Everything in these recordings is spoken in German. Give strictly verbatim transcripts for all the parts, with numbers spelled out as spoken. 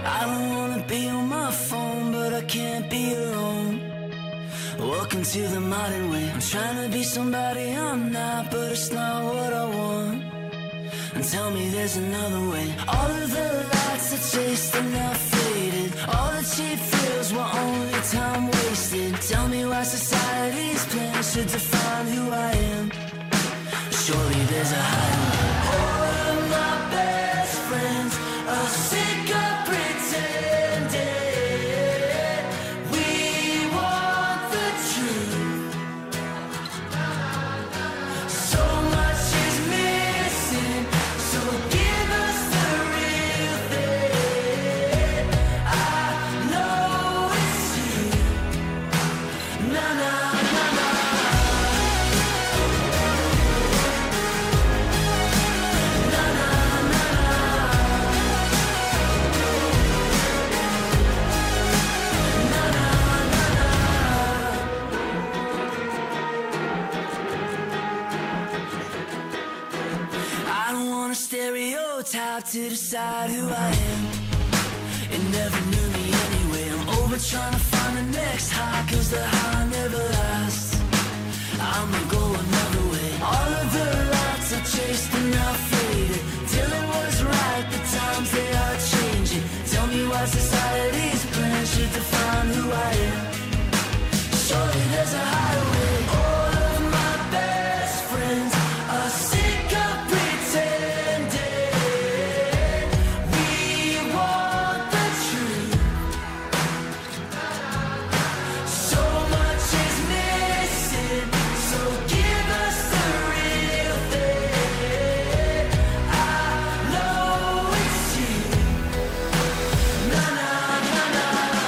I don't wanna be on my phone, but I can't be alone. Welcome to the modern way. I'm trying to be somebody I'm not, but it's not what I want. And tell me there's another way. All of the lights I chased are now faded. All the cheap thrills were only time wasted. Tell me why society's plan should define who I am. Surely there's a hideaway. All of my best friends are sick of pretending. We want the truth. So much is missing, so give us the real thing. I know it's you. Na na na na. Na na na na. Na na na na. I don't want a stereotype to decide who I am. It never knew me anyway. I'm over trying to find the next high, cause the high never lasts. I'ma go another way. All of the lights I chased are now faded. Till it was right, the times they are changing. Tell me why society's plan should define who I am. Surely there's a highway. All of my best friends are sick of pretending. We want the truth. So much is missing, so give us the real thing. I know it's you. Na na na na.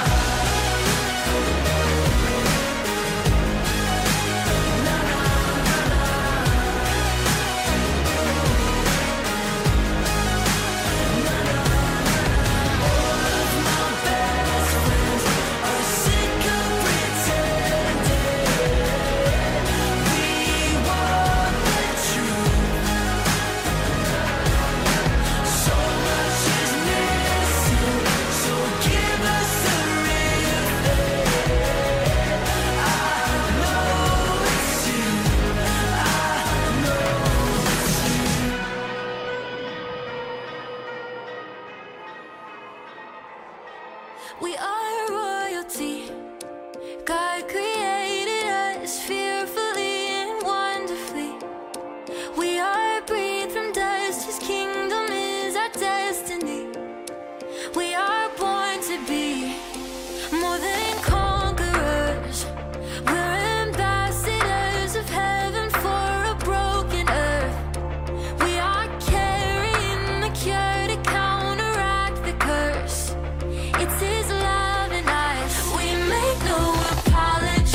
Na na na na. Na na na. All of my best friends are sick of pretending. We want the truth. So much is missing, so give us the real thing. I know it's you. I know it's you. We are royalty. God created us fearfully and wonderfully. We are breathed from dust. His kingdom is our destiny. We are born to be more than conquerors. We're ambassadors of heaven for a broken earth. We are carrying the cure to counteract the curse. It's His love in us. We make no apologies.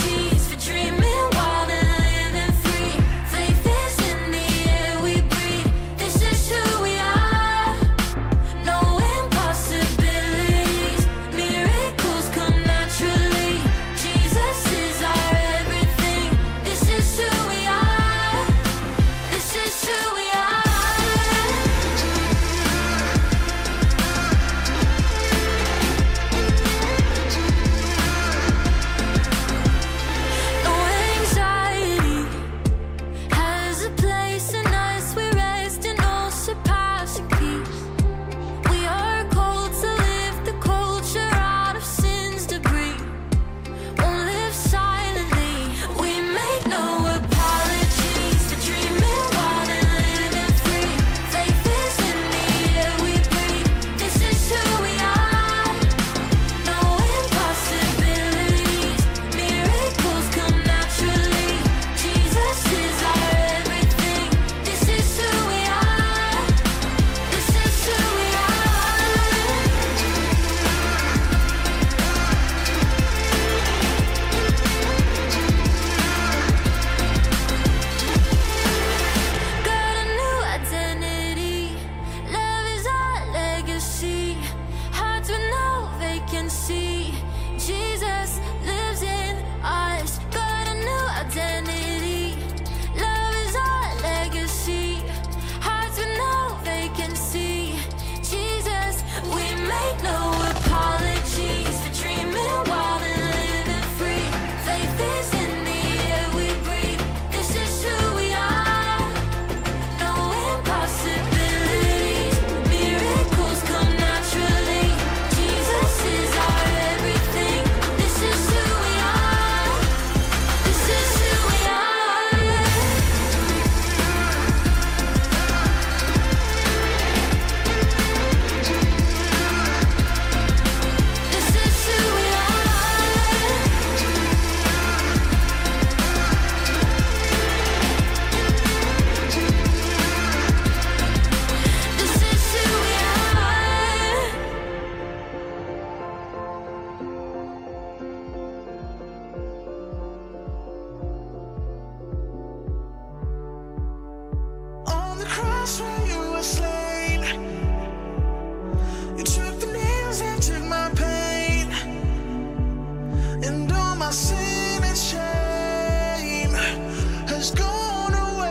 cross where you were slain. You took the nails and took my pain, and all my sin and shame has gone away.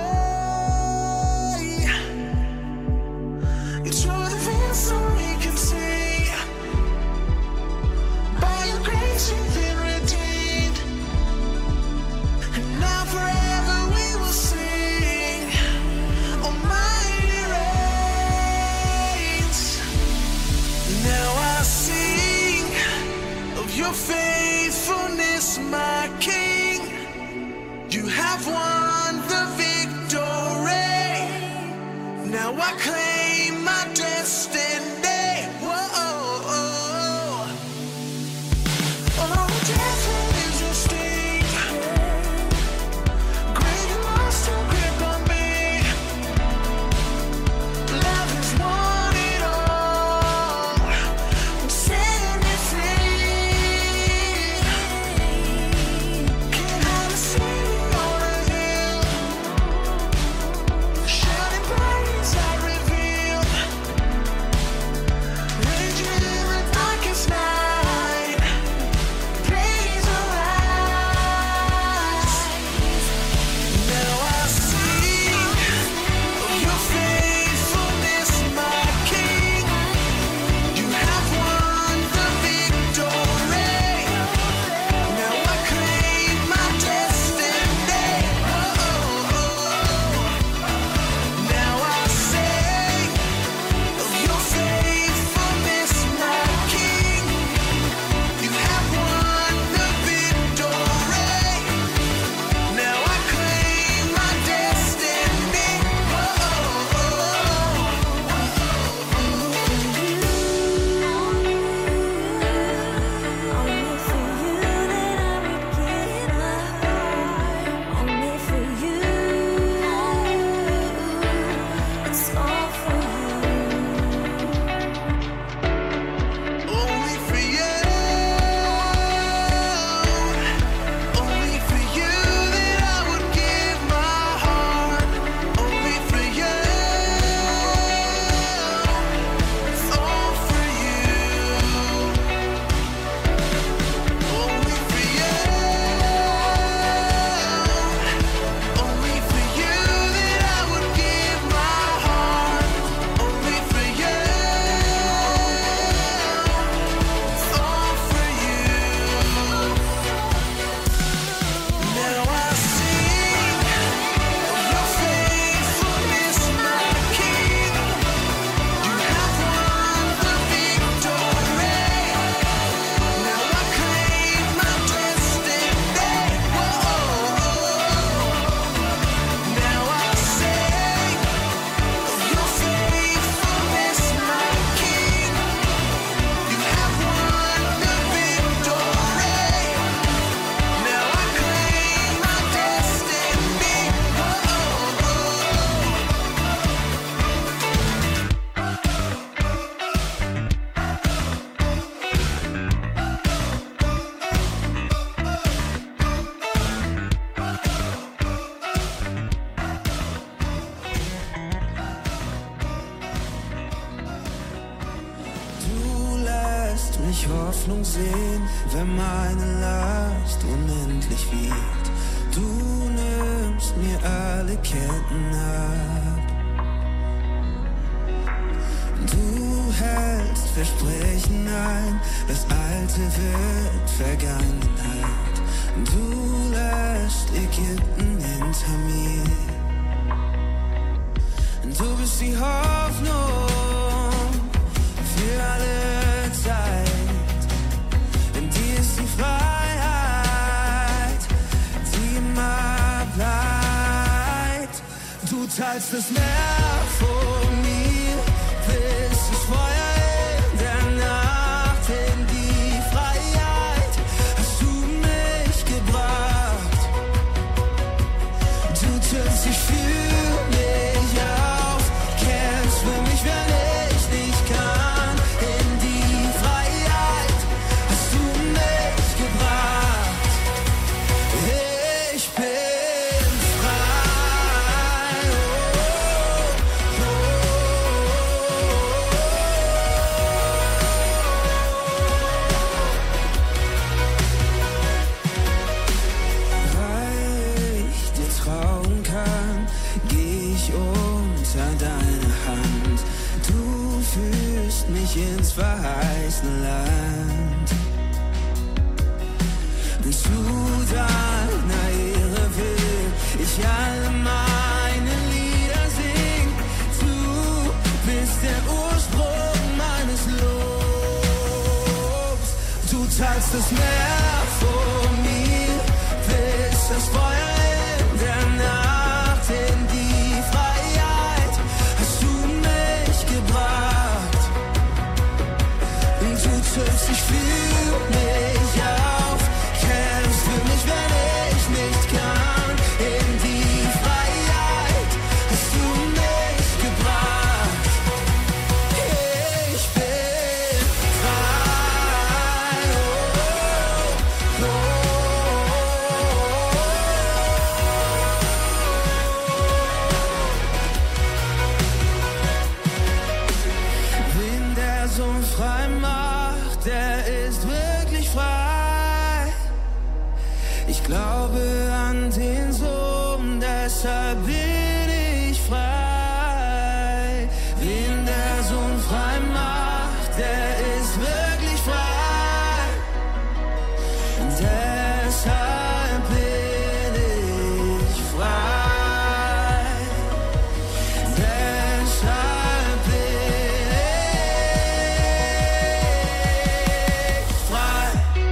You tore the veil so we can see. By your grace you've been redeemed, and now forever we will sing. Almighty reigns. Now I sing of your faithfulness, my King. You have won the victory. Now I claim my destiny. Whoa, oh, death is your sting. Great and lost your grip on me. Love has won it all. Set me free. Can't hide the city on a hill. Shining bright inside revealed. Raging in the darkest night. Praise arise. Now I sing of your faithfulness, my King. You have won the victory. Now I claim my destiny. Now I sing of your faithfulness, my King. You have won the victory. Now I claim my destiny. Only for you that I would give my heart. Only for you. It's all for you. Only for you. Only for you that I would give my heart. Only for you. It's all for you. Only for you. Only for you that I would give my heart. Only for you. It's all for you. Now I sing of your faithfulness, my King. You have won the victory. Now I claim my destiny. Now I sing of your faithfulness, my King. You have won the victory. Now I claim my destiny. Du lässt mich Hoffnung sehen, wenn meine Last unendlich wiegt. Du nimmst mir alle Ketten ab. Du hältst Versprechen ein, das Alte wird Vergangenheit. Du lässt Ägypten hinter mir. Du bist die Hoffnung für alle Zeit. In dir ist die Freiheit, die immer bleibt. Du teilst das Meer vor mir, bis das Feuer in der Nacht. In die Freiheit hast du mich gebracht. Du türmst dich für mich auf, kämpfst für mich, wenn ich nicht kann. In die Freiheit hast du mich gebracht. Ich bin frei. Oh, ins verheißene Land. Und zu deiner Ehre will ich alle meine Lieder singen. Du bist der Ursprung meines Lobs. Du teilst das Meer vor mir, bist das Feuer in der Nacht, in die Freiheit hast du mich gebracht. Und du triffst dich für mich auf, kämpfst für mich, wenn ich nicht kann. In die Freiheit hast du mich gebracht. Ich bin frei. Oh, oh, oh. Wen der Sohn frei macht, der ist wirklich frei. Ich glaube an den Sohn, deshalb bin ich frei. Wen der Sohn frei macht, der ist wirklich frei. Und deshalb bin ich frei. Deshalb bin ich frei.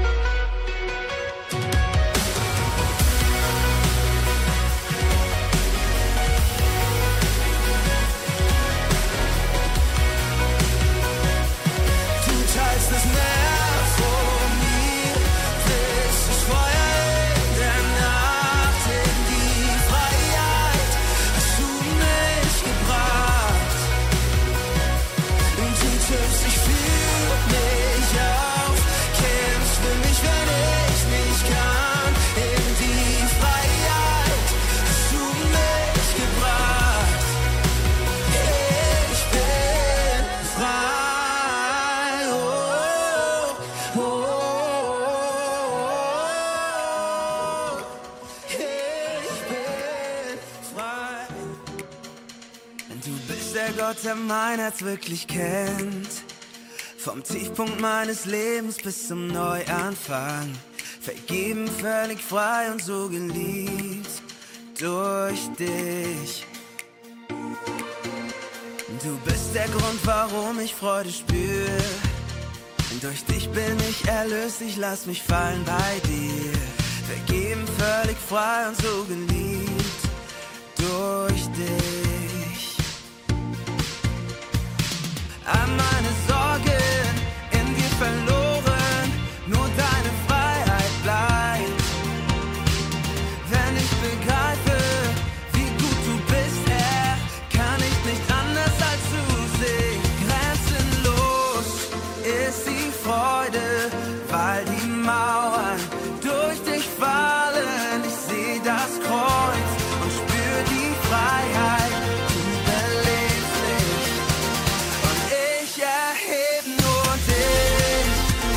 Du teilst das Meer vor mir, bist das Feuer in der Nacht, in die Freiheit hast du mich gebracht. Und du triffst dich für mich auf, kämpfst für mich, wenn ich nicht kann. In die Freiheit hast du mich gebracht. Ich bin frei. Oh, oh, oh. Ich bin frei. Du bist der Gott, der mein Herz wirklich kennt. Vom Tiefpunkt meines Lebens bis zum Neuanfang. Vergeben, völlig frei und so geliebt durch dich. Du bist der Grund, warum ich Freude spüre. Durch dich bin ich erlöst, ich lass mich fallen bei dir. Vergeben, völlig frei und so geliebt durch dich. All meine Sorgen in dir verloren, nur deine Freiheit bleibt. Wenn ich begreife, wie gut du bist, Herr, kann ich nicht anders als zu sehen. Grenzenlos ist die Freude, weil die Mauern durch dich fallen. Ich seh das Kreuz und spür die Freiheit. Du belebst mich und ich erheb nur dich.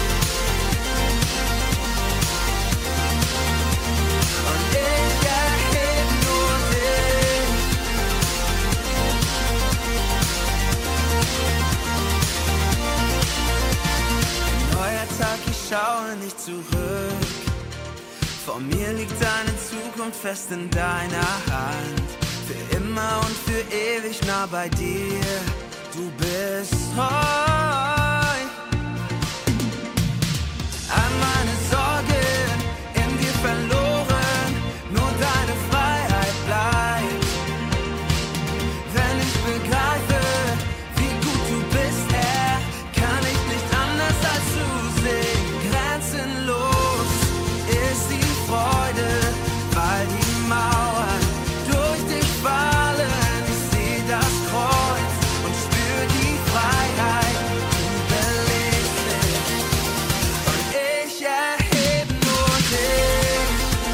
Und ich erheb nur dich. Ein neuer Tag, ich schaue nicht zurück. Vor mir liegt deine Zukunft fest in deiner Hand. Für immer und für ewig nah bei dir. Du bist treu. All meine Sorgen in dir verloren, nur deine Freiheit bleibt. Wenn ich begreife, wie gut du bist, Herr, kann ich nicht anders als zu sehen. Grenzenlos ist die Freude, weil die Mauern durch dich fallen. Ich seh das Kreuz und spür die Freiheit. Du belebst mich und ich erheb nur dich.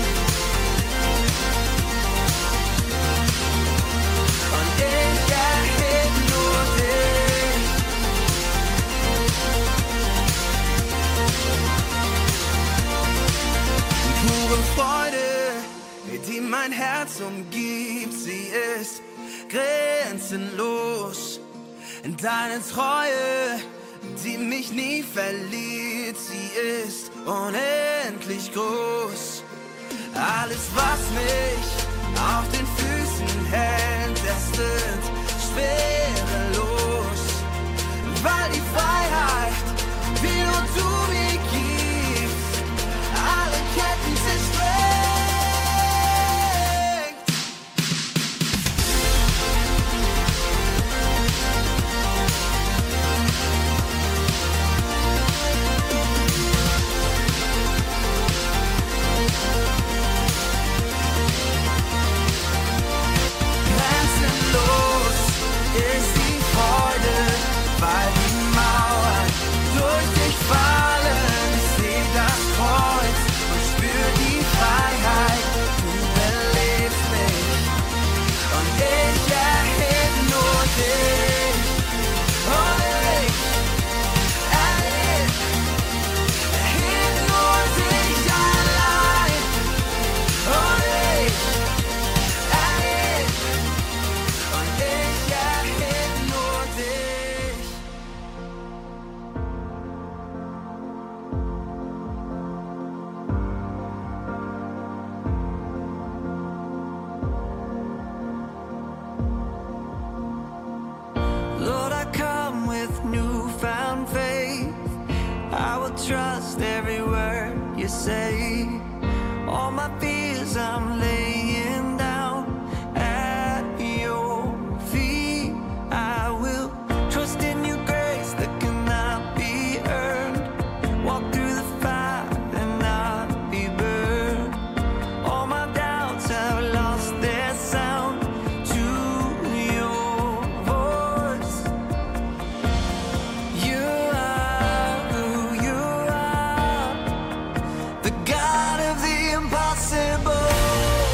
Und ich erheb nur dich. Pure Freude, die mein Herz umgibt, sie ist grenzenlos. Deine Treue die mich nie verliert. Sie ist unendlich groß. Alles, was mich auf den Füßen hält, es wird schwerelos, weil die Freiheit, die nur du mir gibst, alle Ketten zersprengt. Grenzenlos ist die Freude, weil die Mauern durch dich fallen. Ich seh das Kreuz und spür die Freiheit. Du belebst mich und ich erheb nur dich. Und ich erheb, erheb nur dich allein. Und ich erheb, und ich erheb nur dich. Lord, I come with newfound faith. I will trust every word you say. All my fears I'm laying down at your feet. I will trust in your grace that cannot be earned. Walk through the fire and not be burned. All my doubts have lost their sound to your voice. You are who you are, the God of the impossible.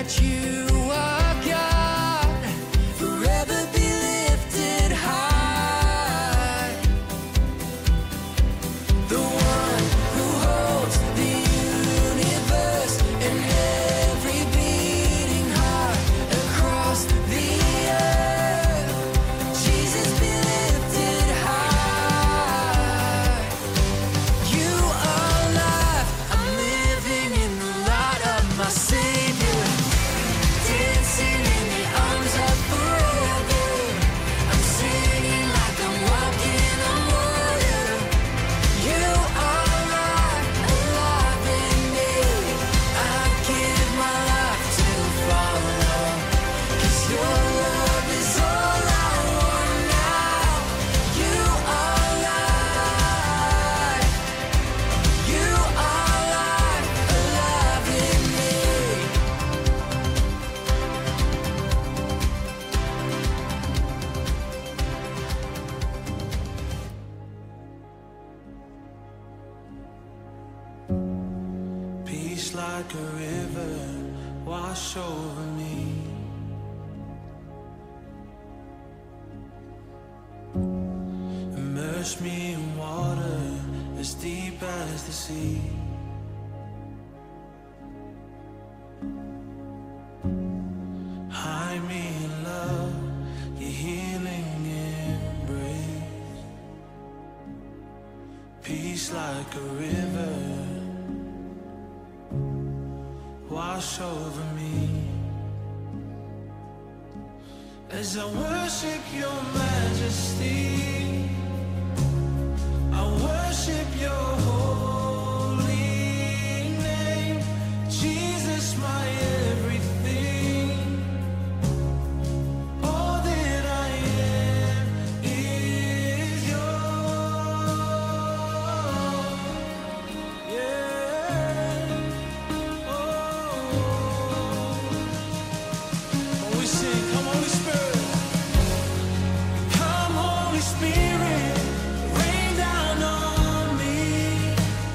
Like a river wash over me. Immerse me in water as deep as the sea. Hide me in love, your healing embrace. Peace like a river wash over me. As I worship your majesty, I worship your holy name. Jesus, my everything, all that I am is yours. Yeah. We sing, come Holy Spirit, come Holy Spirit, rain down on me.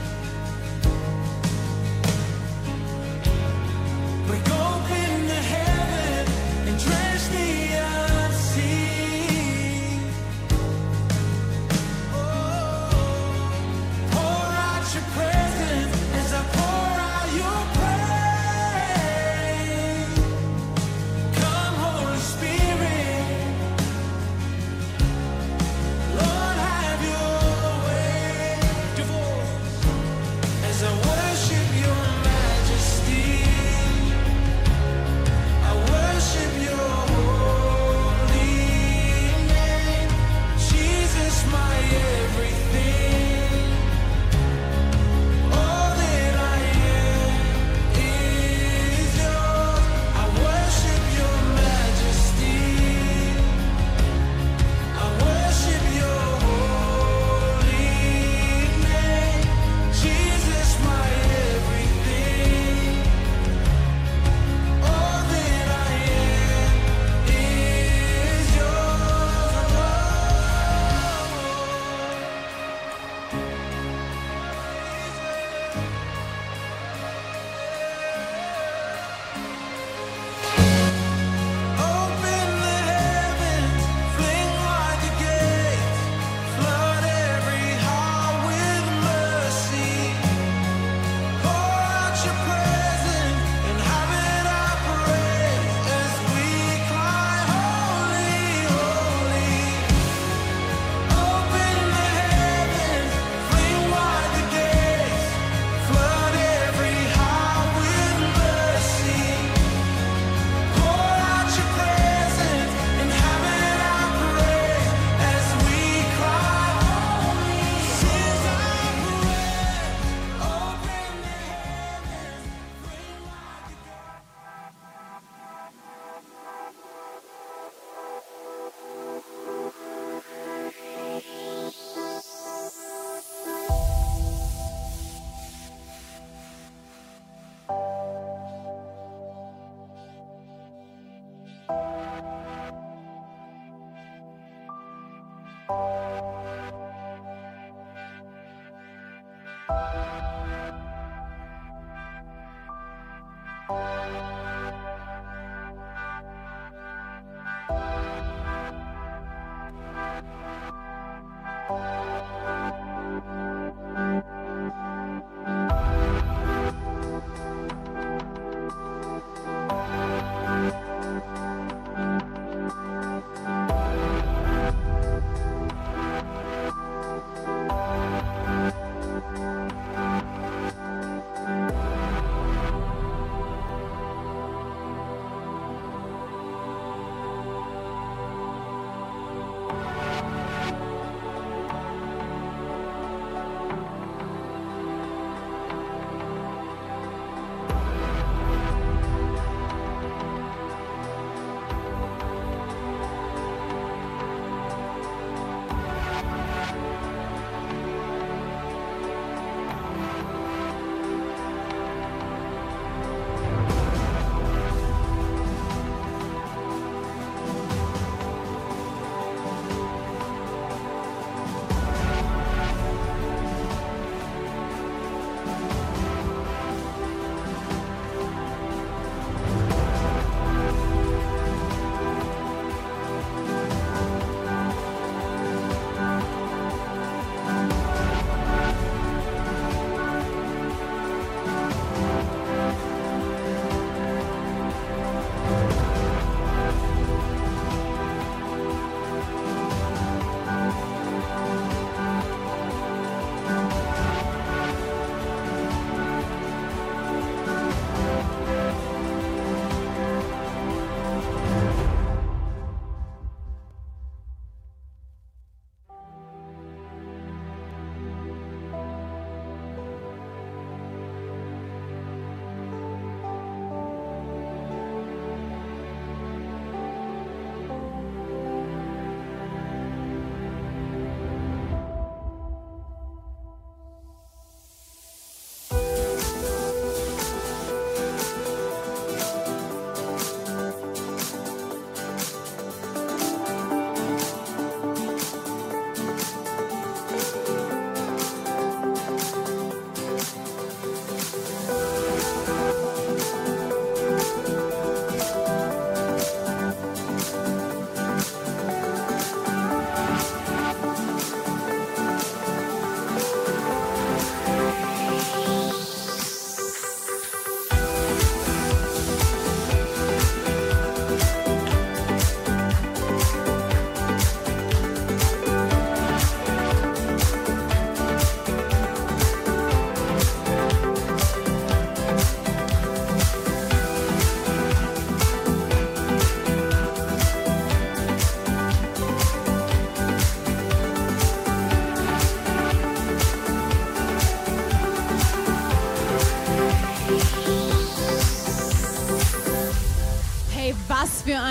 Break open the heaven and drench the unseen. Oh, pour out your presence as I pour out your praise. Come Holy Spirit, Lord, have your way. Divorce. As I worship your majesty, I worship your holy name. Jesus, my everything, all that I am is yours. I worship your majesty, I worship your holy name. Jesus, my everything, all that I am is yours. Open the heavens, fling wide the gates, flood every heart with mercy. Pour out your presence, inhabit our praise as we cry, holy, holy. Open the heavens, fling wide the gates, flood every heart with mercy. Pour out your presence, inhabit our praise as we cry, holy. Sing our praise. Open the heavens, fling wide the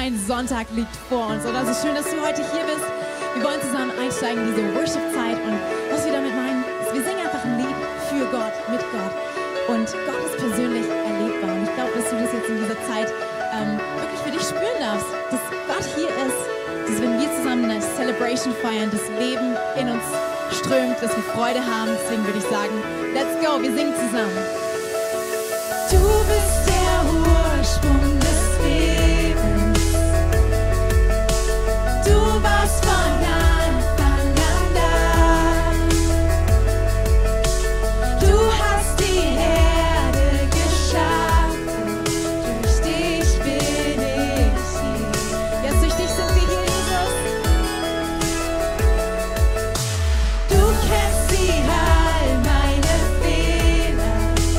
ein Sonntag liegt vor uns. Und es ist schön, dass du heute hier bist. Wir wollen zusammen einsteigen in diese Worship-Zeit. Und was wir damit meinen, ist, wir singen einfach ein Lied für Gott, mit Gott. Und Gott ist persönlich erlebbar. Und ich glaube, dass du das jetzt in dieser Zeit ähm, wirklich für dich spüren darfst, dass Gott hier ist, dass wenn wir zusammen eine Celebration feiern, das Leben in uns strömt, dass wir Freude haben. Deswegen würde ich sagen, let's go, wir singen zusammen. Du bist der Ursprung des Lebens. Du warst von Anfang an da. Du hast die Erde geschaffen. Durch dich bin ich hier. Ja, durch dich sind wir hier, Jesus. Du kennst sie all meine Fehler.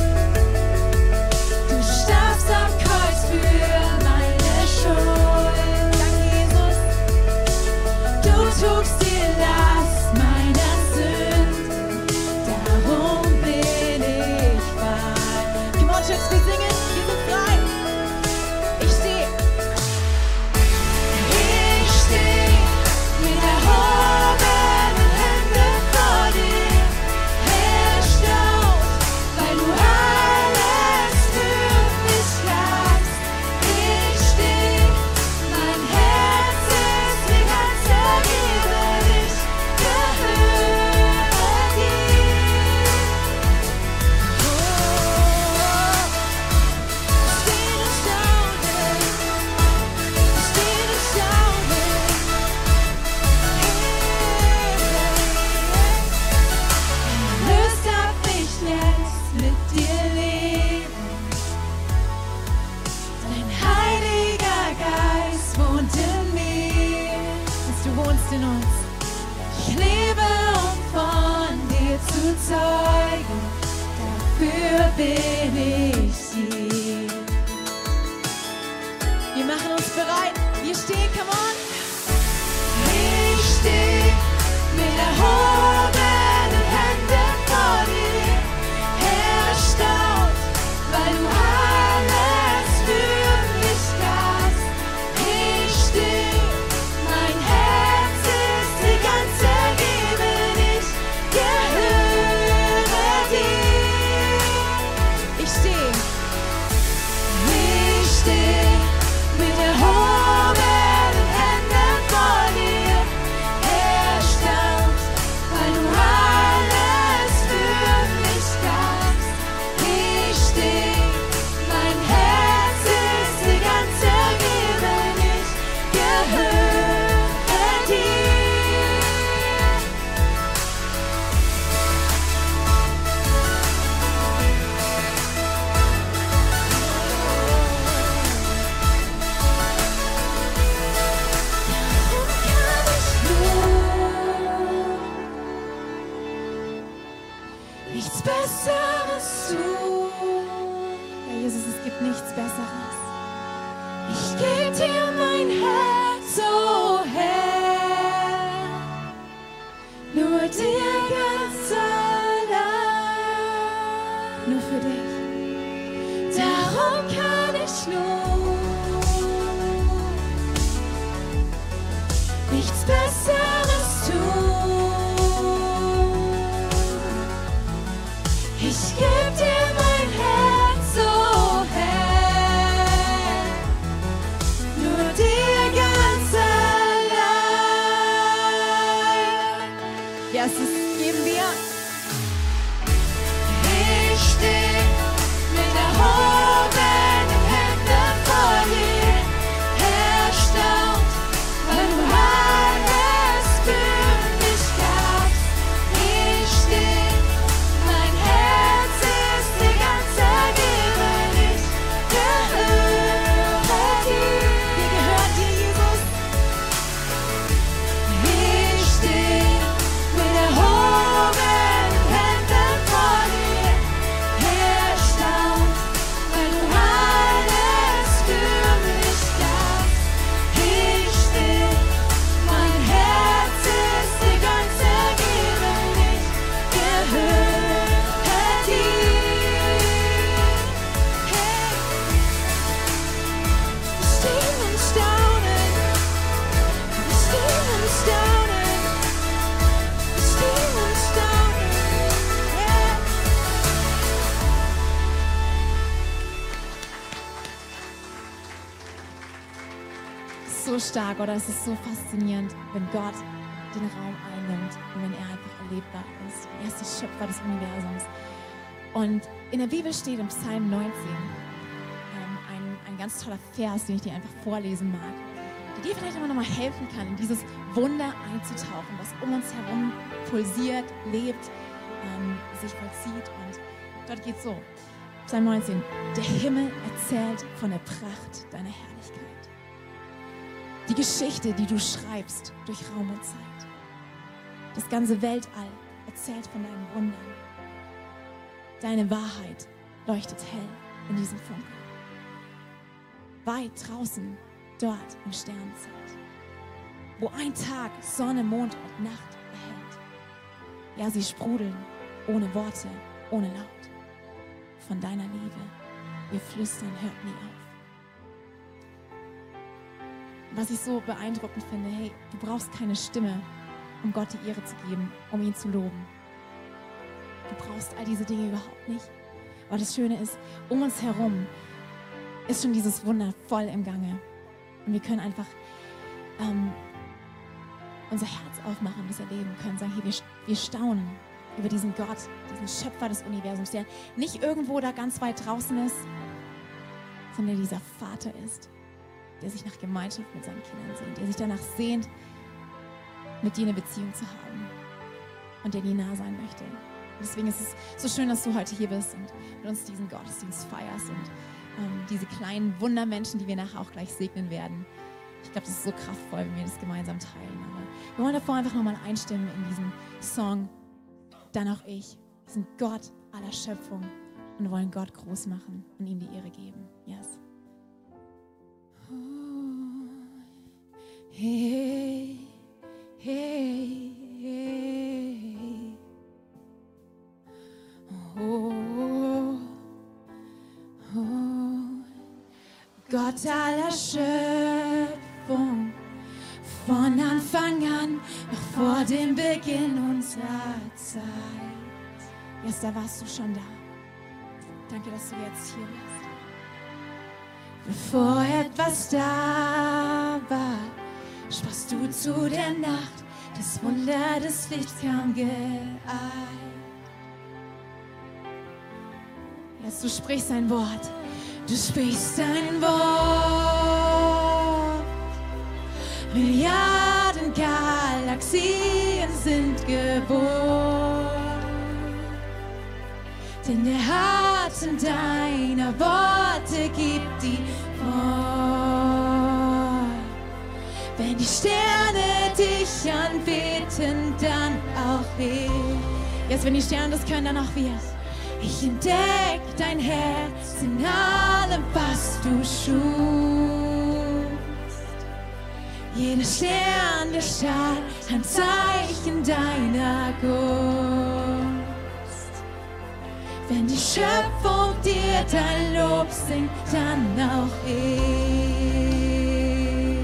Du starbst am Kreuz für meine Schuld. Danke, Jesus. Du trugst die Last meiner Sünden. Darum bin ich frei. Come on, Church, wir singen, wir sind frei. Ich steh. Ich steh mit erhobenen Händen vor dir, erstaunt, weil du alles für mich gabst. Ich steh, mein Herz ist dir ganz ergeben, ich gehöre dir. Ich steh und staune, Erlöst darf ich jetzt mit dir leben. Dein Heiliger Geist wohnt in mir. Dass du wohnst in uns. Ich lebe, um von dir zu zeugen. Dafür bin ich hier. Wir machen uns bereit. Wir stehen, come on. Ich steh mit erhobenen Händen vor dir, erstaunt, weil du alles für mich gabst. Ich steh, mein Herz ist dir ganz ergeben, ich gehöre dir. Ich steh, ich steh mit erhobenen Händen vor dir, erstaunt, weil du alles für mich gabst. Ich steh, mein Herz ist dir ganz ergeben, ich gehöre dir. Darum kann ich nur nichts Besseres tun. Ja, Jesus, es gibt nichts Besseres. Ich geb dir mein Herz, oh Herr, nur dir ganz allein, nur für dich. Darum kann ich nur nichts Besseres tun. Ich geb dir mein Herz, oh Herr, nur dir ganz allein. Ja, es ist, geben wir. Ich steh mit erhobenen Händen vor dir, erstaunt, weil du alles für mich gabst. Ich steh, mein Herz ist so stark oder es ist so faszinierend, wenn Gott den Raum einnimmt und wenn er einfach erlebbar ist. Er ist der Schöpfer des Universums. Und in der Bibel steht im Psalm neunzehn ähm, ein, ein ganz toller Vers, den ich dir einfach vorlesen mag, der dir vielleicht immer noch mal helfen kann, in dieses Wunder einzutauchen, was um uns herum pulsiert, lebt, ähm, sich vollzieht. Und dort geht es so. Psalm neunzehn. Der Himmel erzählt von der Pracht deiner Herrlichkeit. Die Geschichte, die du schreibst durch Raum und Zeit. Das ganze Weltall erzählt von deinen Wundern. Deine Wahrheit leuchtet hell in diesem Funkel. Weit draußen, dort im Sternenzelt, wo ein Tag Sonne, Mond und Nacht erhält. Ja, sie sprudeln ohne Worte, ohne Laut. Von deiner Liebe, ihr Flüstern hört nie auf. Was ich so beeindruckend finde, hey, du brauchst keine Stimme, um Gott die Ehre zu geben, um ihn zu loben. Du brauchst all diese Dinge überhaupt nicht. Aber das Schöne ist, um uns herum ist schon dieses Wunder voll im Gange. Und wir können einfach ähm, unser Herz aufmachen und das erleben können. Sagen, hey, wir, wir staunen über diesen Gott, diesen Schöpfer des Universums, der nicht irgendwo da ganz weit draußen ist, sondern dieser Vater ist, der sich nach Gemeinschaft mit seinen Kindern sehnt, der sich danach sehnt, mit dir eine Beziehung zu haben und der dir nah sein möchte. Und deswegen ist es so schön, dass du heute hier bist und mit uns diesen Gottesdienst feierst und ähm, diese kleinen Wundermenschen, die wir nachher auch gleich segnen werden. Ich glaube, das ist so kraftvoll, wenn wir das gemeinsam teilen. Aber wir wollen davor einfach nochmal einstimmen in diesen Song, dann auch ich. Wir sind Gott aller Schöpfung und wollen Gott groß machen und ihm die Ehre geben. Yes. Hey, hey, hey. Oh, oh. Gott aller Schöpfung, von Anfang an, noch vor dem Beginn unserer Zeit. Yes, da warst du schon da. Danke, dass du jetzt hier bist. Bevor etwas da war, sprachst du zu der Nacht, das Wunder des Lichts kam geeilt. Yes, du sprichst ein Wort, du sprichst ein Wort. Milliarden Galaxien sind geboren, denn der Atem deiner Worte gibt die Form. Wenn die Sterne dich anbeten, dann auch ich. Jetzt, wenn die Sterne das können, dann auch wir. Ich entdeck dein Herz in allem, was du schufst. Jeder Stern, der strahlt, ein Zeichen deiner Gunst. Wenn die Schöpfung dir dein Lob singt, dann auch ich.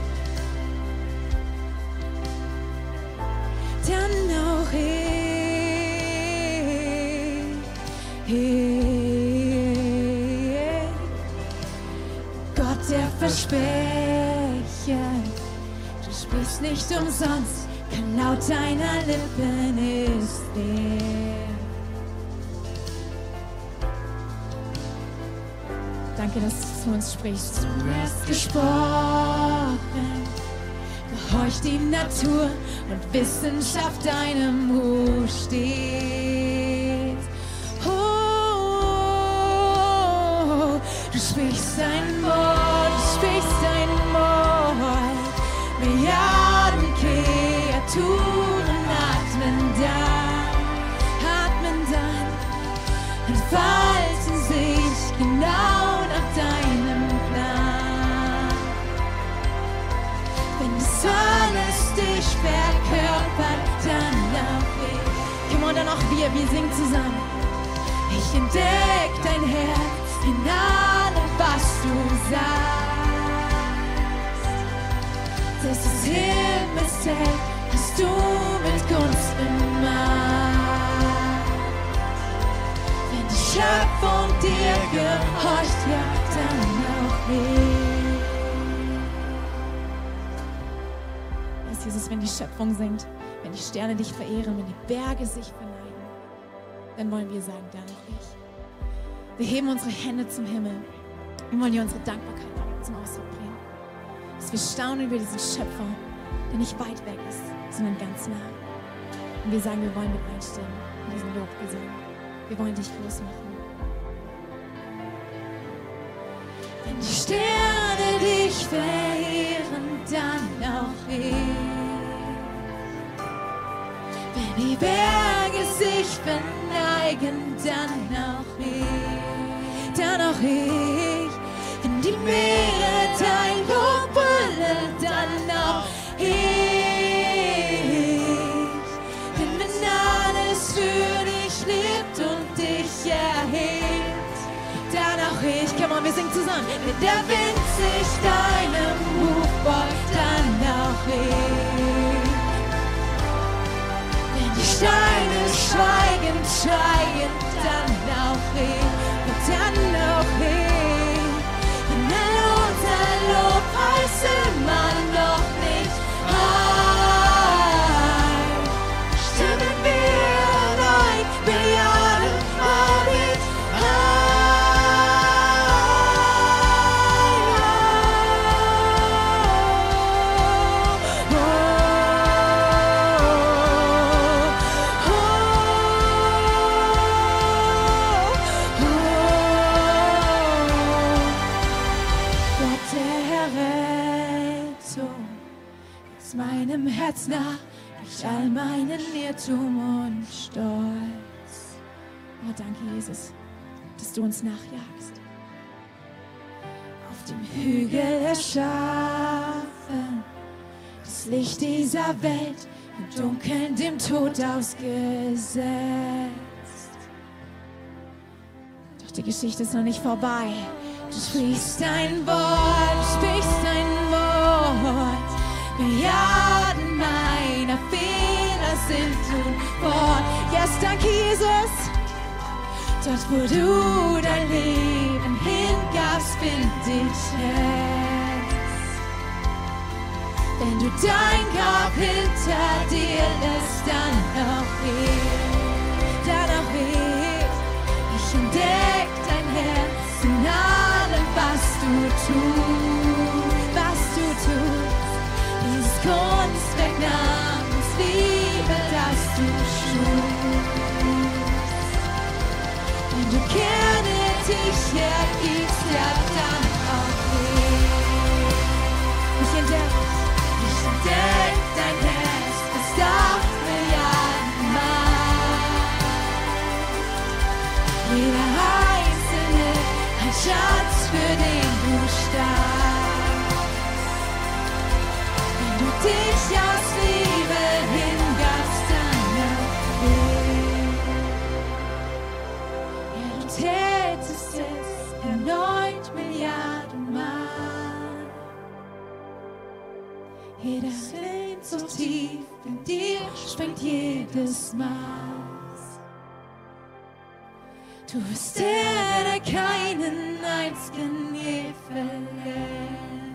Dann auch ich. Hey. Gott der Versprechen, du sprichst nicht umsonst, kein Laut deiner Lippen ist leer. Danke, dass du zu uns sprichst. Du hast gesprochen, gehorcht die Natur und Wissenschaft deinem Ruf steht. Oh, du sprichst ein Wort, du sprichst ein Wort. Milliarden Kreaturen atmen dann, atmen dann, entfalten sich genau nach deinem Plan. Wenn das alles dich verkörpert, dann auch ich. Komm und dann auch wir, wir singen zusammen. Ich entdeck dein Herz in allem, was du sagst. Das ist Himmelszelt, hast du mit Gunst gemacht. Wenn die Schöpfung dir gehorcht, ja, dann auch ich. ist, Jesus, wenn die Schöpfung singt, wenn die Sterne dich verehren, wenn die Berge sich verneigen, dann wollen wir sagen, da noch ich. Wir heben unsere Hände zum Himmel und wollen dir unsere Dankbarkeit zum Ausdruck bringen. Dass wir staunen über diesen Schöpfer, der nicht weit weg ist, sondern ganz nah. Und wir sagen, wir wollen mit einstimmen in diesen Lobgesang. Wir wollen dich groß machen. Wenn die Sterne dich verehren, dann auch ich. Wenn die Berge sich verneigen, dann auch ich. Dann auch ich. Wenn die Meere dein Lob brüllen, dann auch ich. Denn wenn alles für dich lebt und dich erhebt, dann auch ich. Come on, wir singen zusammen. Wenn der Wind sich deinem Ruf beugt, dann auch ich. Wenn die Steine schweigen, schweigen, dann auch ich. Und dann auch ich. Wenn all unser Lobpreis immer noch nicht reicht, stimmen wir erneut Milliarden Mal mit meinem Herz nach, durch all meinen Irrtum und Stolz. Oh, danke, Jesus, dass du uns nachjagst. Auf dem Hügel erschaffen, das Licht dieser Welt, im Dunkeln dem Tod ausgesetzt. Doch die Geschichte ist noch nicht vorbei. Du sprichst dein Wort, du sprichst dein Wort. Milliarden meiner Fehler sind nun fort. Yes, danke, Jesus. Dort, wo du dein Leben hingabst, find ich es. Wenn du dein Grab hinter dir lässt, dann auch ich, dann auch ich. Ich entdeck dein Herz in allem, was du tust, was du tust. Dieses Kunstwerk namens Liebe, das du schufst. Wenn du gerne dich ergibst, ja dann auch ich. Ich entdeck, ich entdeck dein Herz, das darf Milliarden Mal. Jeder Einzelne ein Schatz, für den du starrst. Dich aus Liebe hingabst, dann auch ich. Ja, du tätest es erneut Milliarden Mal. Jeder Sehn so tief in dir sprengt jedes Maß. Du bist der, der keinen einzigen je verlässt.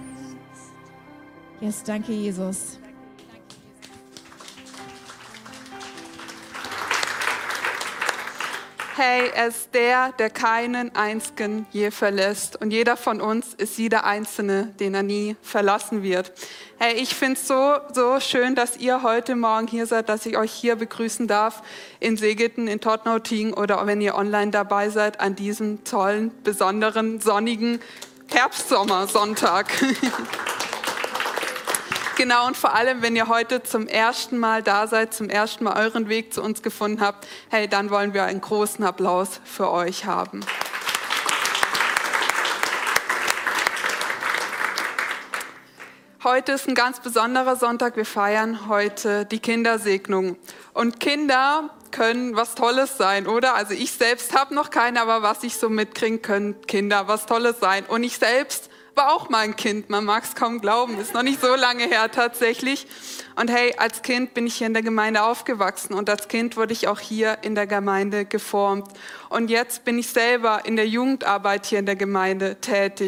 Yes, danke, Jesus. Hey, er ist der, der keinen einzigen je verlässt. Und jeder von uns ist jeder Einzelne, den er nie verlassen wird. Hey, ich finde es so, so schön, dass ihr heute Morgen hier seid, dass ich euch hier begrüßen darf in Segeten, in Todtnautingen oder wenn ihr online dabei seid an diesem tollen, besonderen, sonnigen Herbstsommersonntag. Genau, und vor allem, wenn ihr heute zum ersten Mal da seid, zum ersten Mal euren Weg zu uns gefunden habt, hey, dann wollen wir einen großen Applaus für euch haben. Heute ist ein ganz besonderer Sonntag. Wir feiern heute die Kindersegnung. Und Kinder können was Tolles sein, oder? Also ich selbst habe noch keine, aber was ich so mitkriege, können Kinder was Tolles sein. Und ich selbst war auch mal ein Kind, man mag es kaum glauben, ist noch nicht so lange her tatsächlich. Und hey, als Kind bin ich hier in der Gemeinde aufgewachsen und als Kind wurde ich auch hier in der Gemeinde geformt. Und jetzt bin ich selber in der Jugendarbeit hier in der Gemeinde tätig.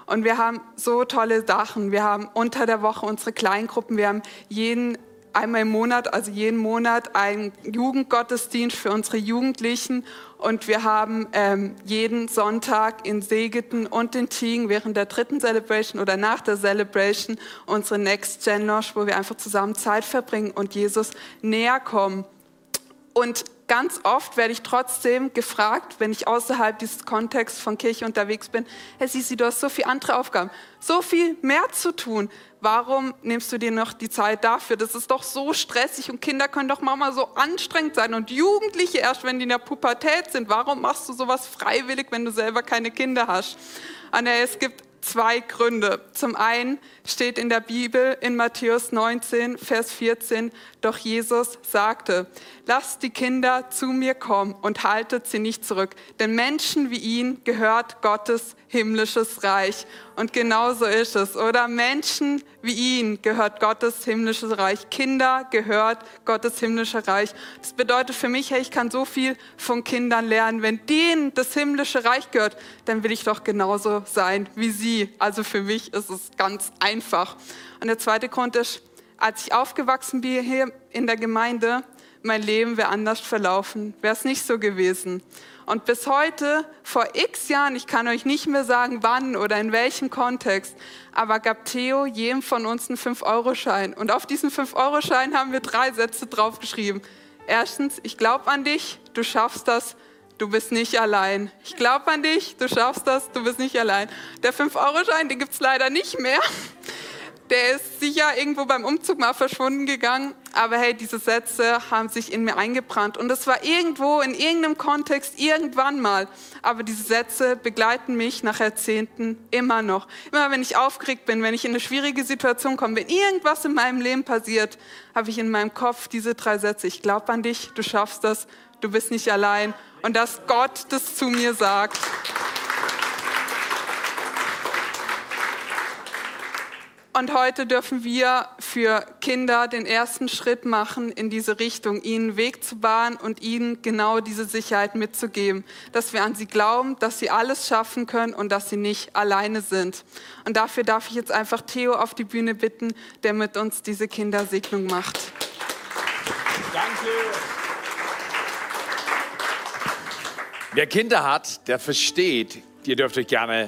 Und wir haben so tolle Sachen. Wir haben unter der Woche unsere Kleingruppen. Wir haben jeden einmal im Monat, also jeden Monat, einen Jugendgottesdienst für unsere Jugendlichen. Und wir haben ähm, jeden Sonntag in Segeten und in Tiegen während der dritten Celebration oder nach der Celebration unsere Next Gen Lounge, wo wir einfach zusammen Zeit verbringen und Jesus näher kommen. Und ganz oft werde ich trotzdem gefragt, wenn ich außerhalb dieses Kontexts von Kirche unterwegs bin: Herr Sisi, du hast so viele andere Aufgaben, so viel mehr zu tun. Warum nimmst du dir noch die Zeit dafür? Das ist doch so stressig und Kinder können doch manchmal so anstrengend sein und Jugendliche erst, wenn die in der Pubertät sind. Warum machst du sowas freiwillig, wenn du selber keine Kinder hast? Und es gibt zwei Gründe. Zum einen steht in der Bibel in Matthäus neunzehn, Vers vierzehn, doch Jesus sagte: Lasst die Kinder zu mir kommen und haltet sie nicht zurück, denn Menschen wie ihnen gehört Gottes himmlisches Reich. Und genau so ist es, oder? Menschen wie ihnen gehört Gottes himmlisches Reich. Kinder gehört Gottes himmlisches Reich. Das bedeutet für mich, hey, ich kann so viel von Kindern lernen. Wenn denen das himmlische Reich gehört, dann will ich doch genauso sein wie sie. Also für mich ist es ganz einfach. Und der zweite Grund ist, als ich aufgewachsen bin hier in der Gemeinde, mein Leben wäre anders verlaufen, wäre es nicht so gewesen. Und bis heute, vor x Jahren, ich kann euch nicht mehr sagen, wann oder in welchem Kontext, aber gab Theo jedem von uns einen fünf Euro Schein. Und auf diesen fünf Euro Schein haben wir drei Sätze draufgeschrieben. Erstens: Ich glaube an dich, du schaffst das, du bist nicht allein. Ich glaube an dich, du schaffst das, du bist nicht allein. Der fünf Euro Schein, den gibt es leider nicht mehr. Der ist sicher irgendwo beim Umzug mal verschwunden gegangen. Aber hey, diese Sätze haben sich in mir eingebrannt. Und es war irgendwo, in irgendeinem Kontext, irgendwann mal. Aber diese Sätze begleiten mich nach Jahrzehnten immer noch. Immer wenn ich aufgeregt bin, wenn ich in eine schwierige Situation komme, wenn irgendwas in meinem Leben passiert, habe ich in meinem Kopf diese drei Sätze. Ich glaube an dich, du schaffst das, du bist nicht allein. Und dass Gott das zu mir sagt. Und heute dürfen wir für Kinder den ersten Schritt machen in diese Richtung, ihnen einen Weg zu bahnen und ihnen genau diese Sicherheit mitzugeben, dass wir an sie glauben, dass sie alles schaffen können und dass sie nicht alleine sind. Und dafür darf ich jetzt einfach Theo auf die Bühne bitten, der mit uns diese Kindersegnung macht. Danke. Wer Kinder hat, der versteht, ihr dürft euch gerne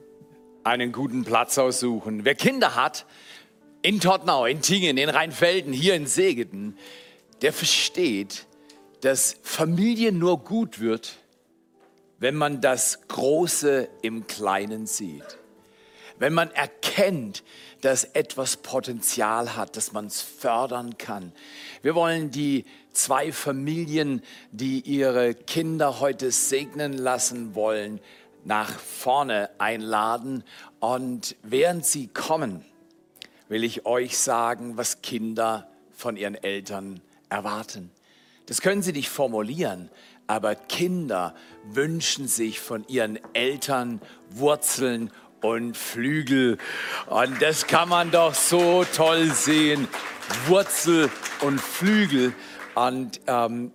einen guten Platz aussuchen. Wer Kinder hat, in Todtnau, in Tingen, in Rheinfelden, hier in Segeten, der versteht, dass Familie nur gut wird, wenn man das Große im Kleinen sieht. Wenn man erkennt, dass etwas Potenzial hat, dass man es fördern kann. Wir wollen die zwei Familien, die ihre Kinder heute segnen lassen wollen, nach vorne einladen. Und während sie kommen, will ich euch sagen, was Kinder von ihren Eltern erwarten. Das können sie nicht formulieren, aber Kinder wünschen sich von ihren Eltern Wurzeln und Flügel. Und das kann man doch so toll sehen. Wurzel und Flügel. Und ähm,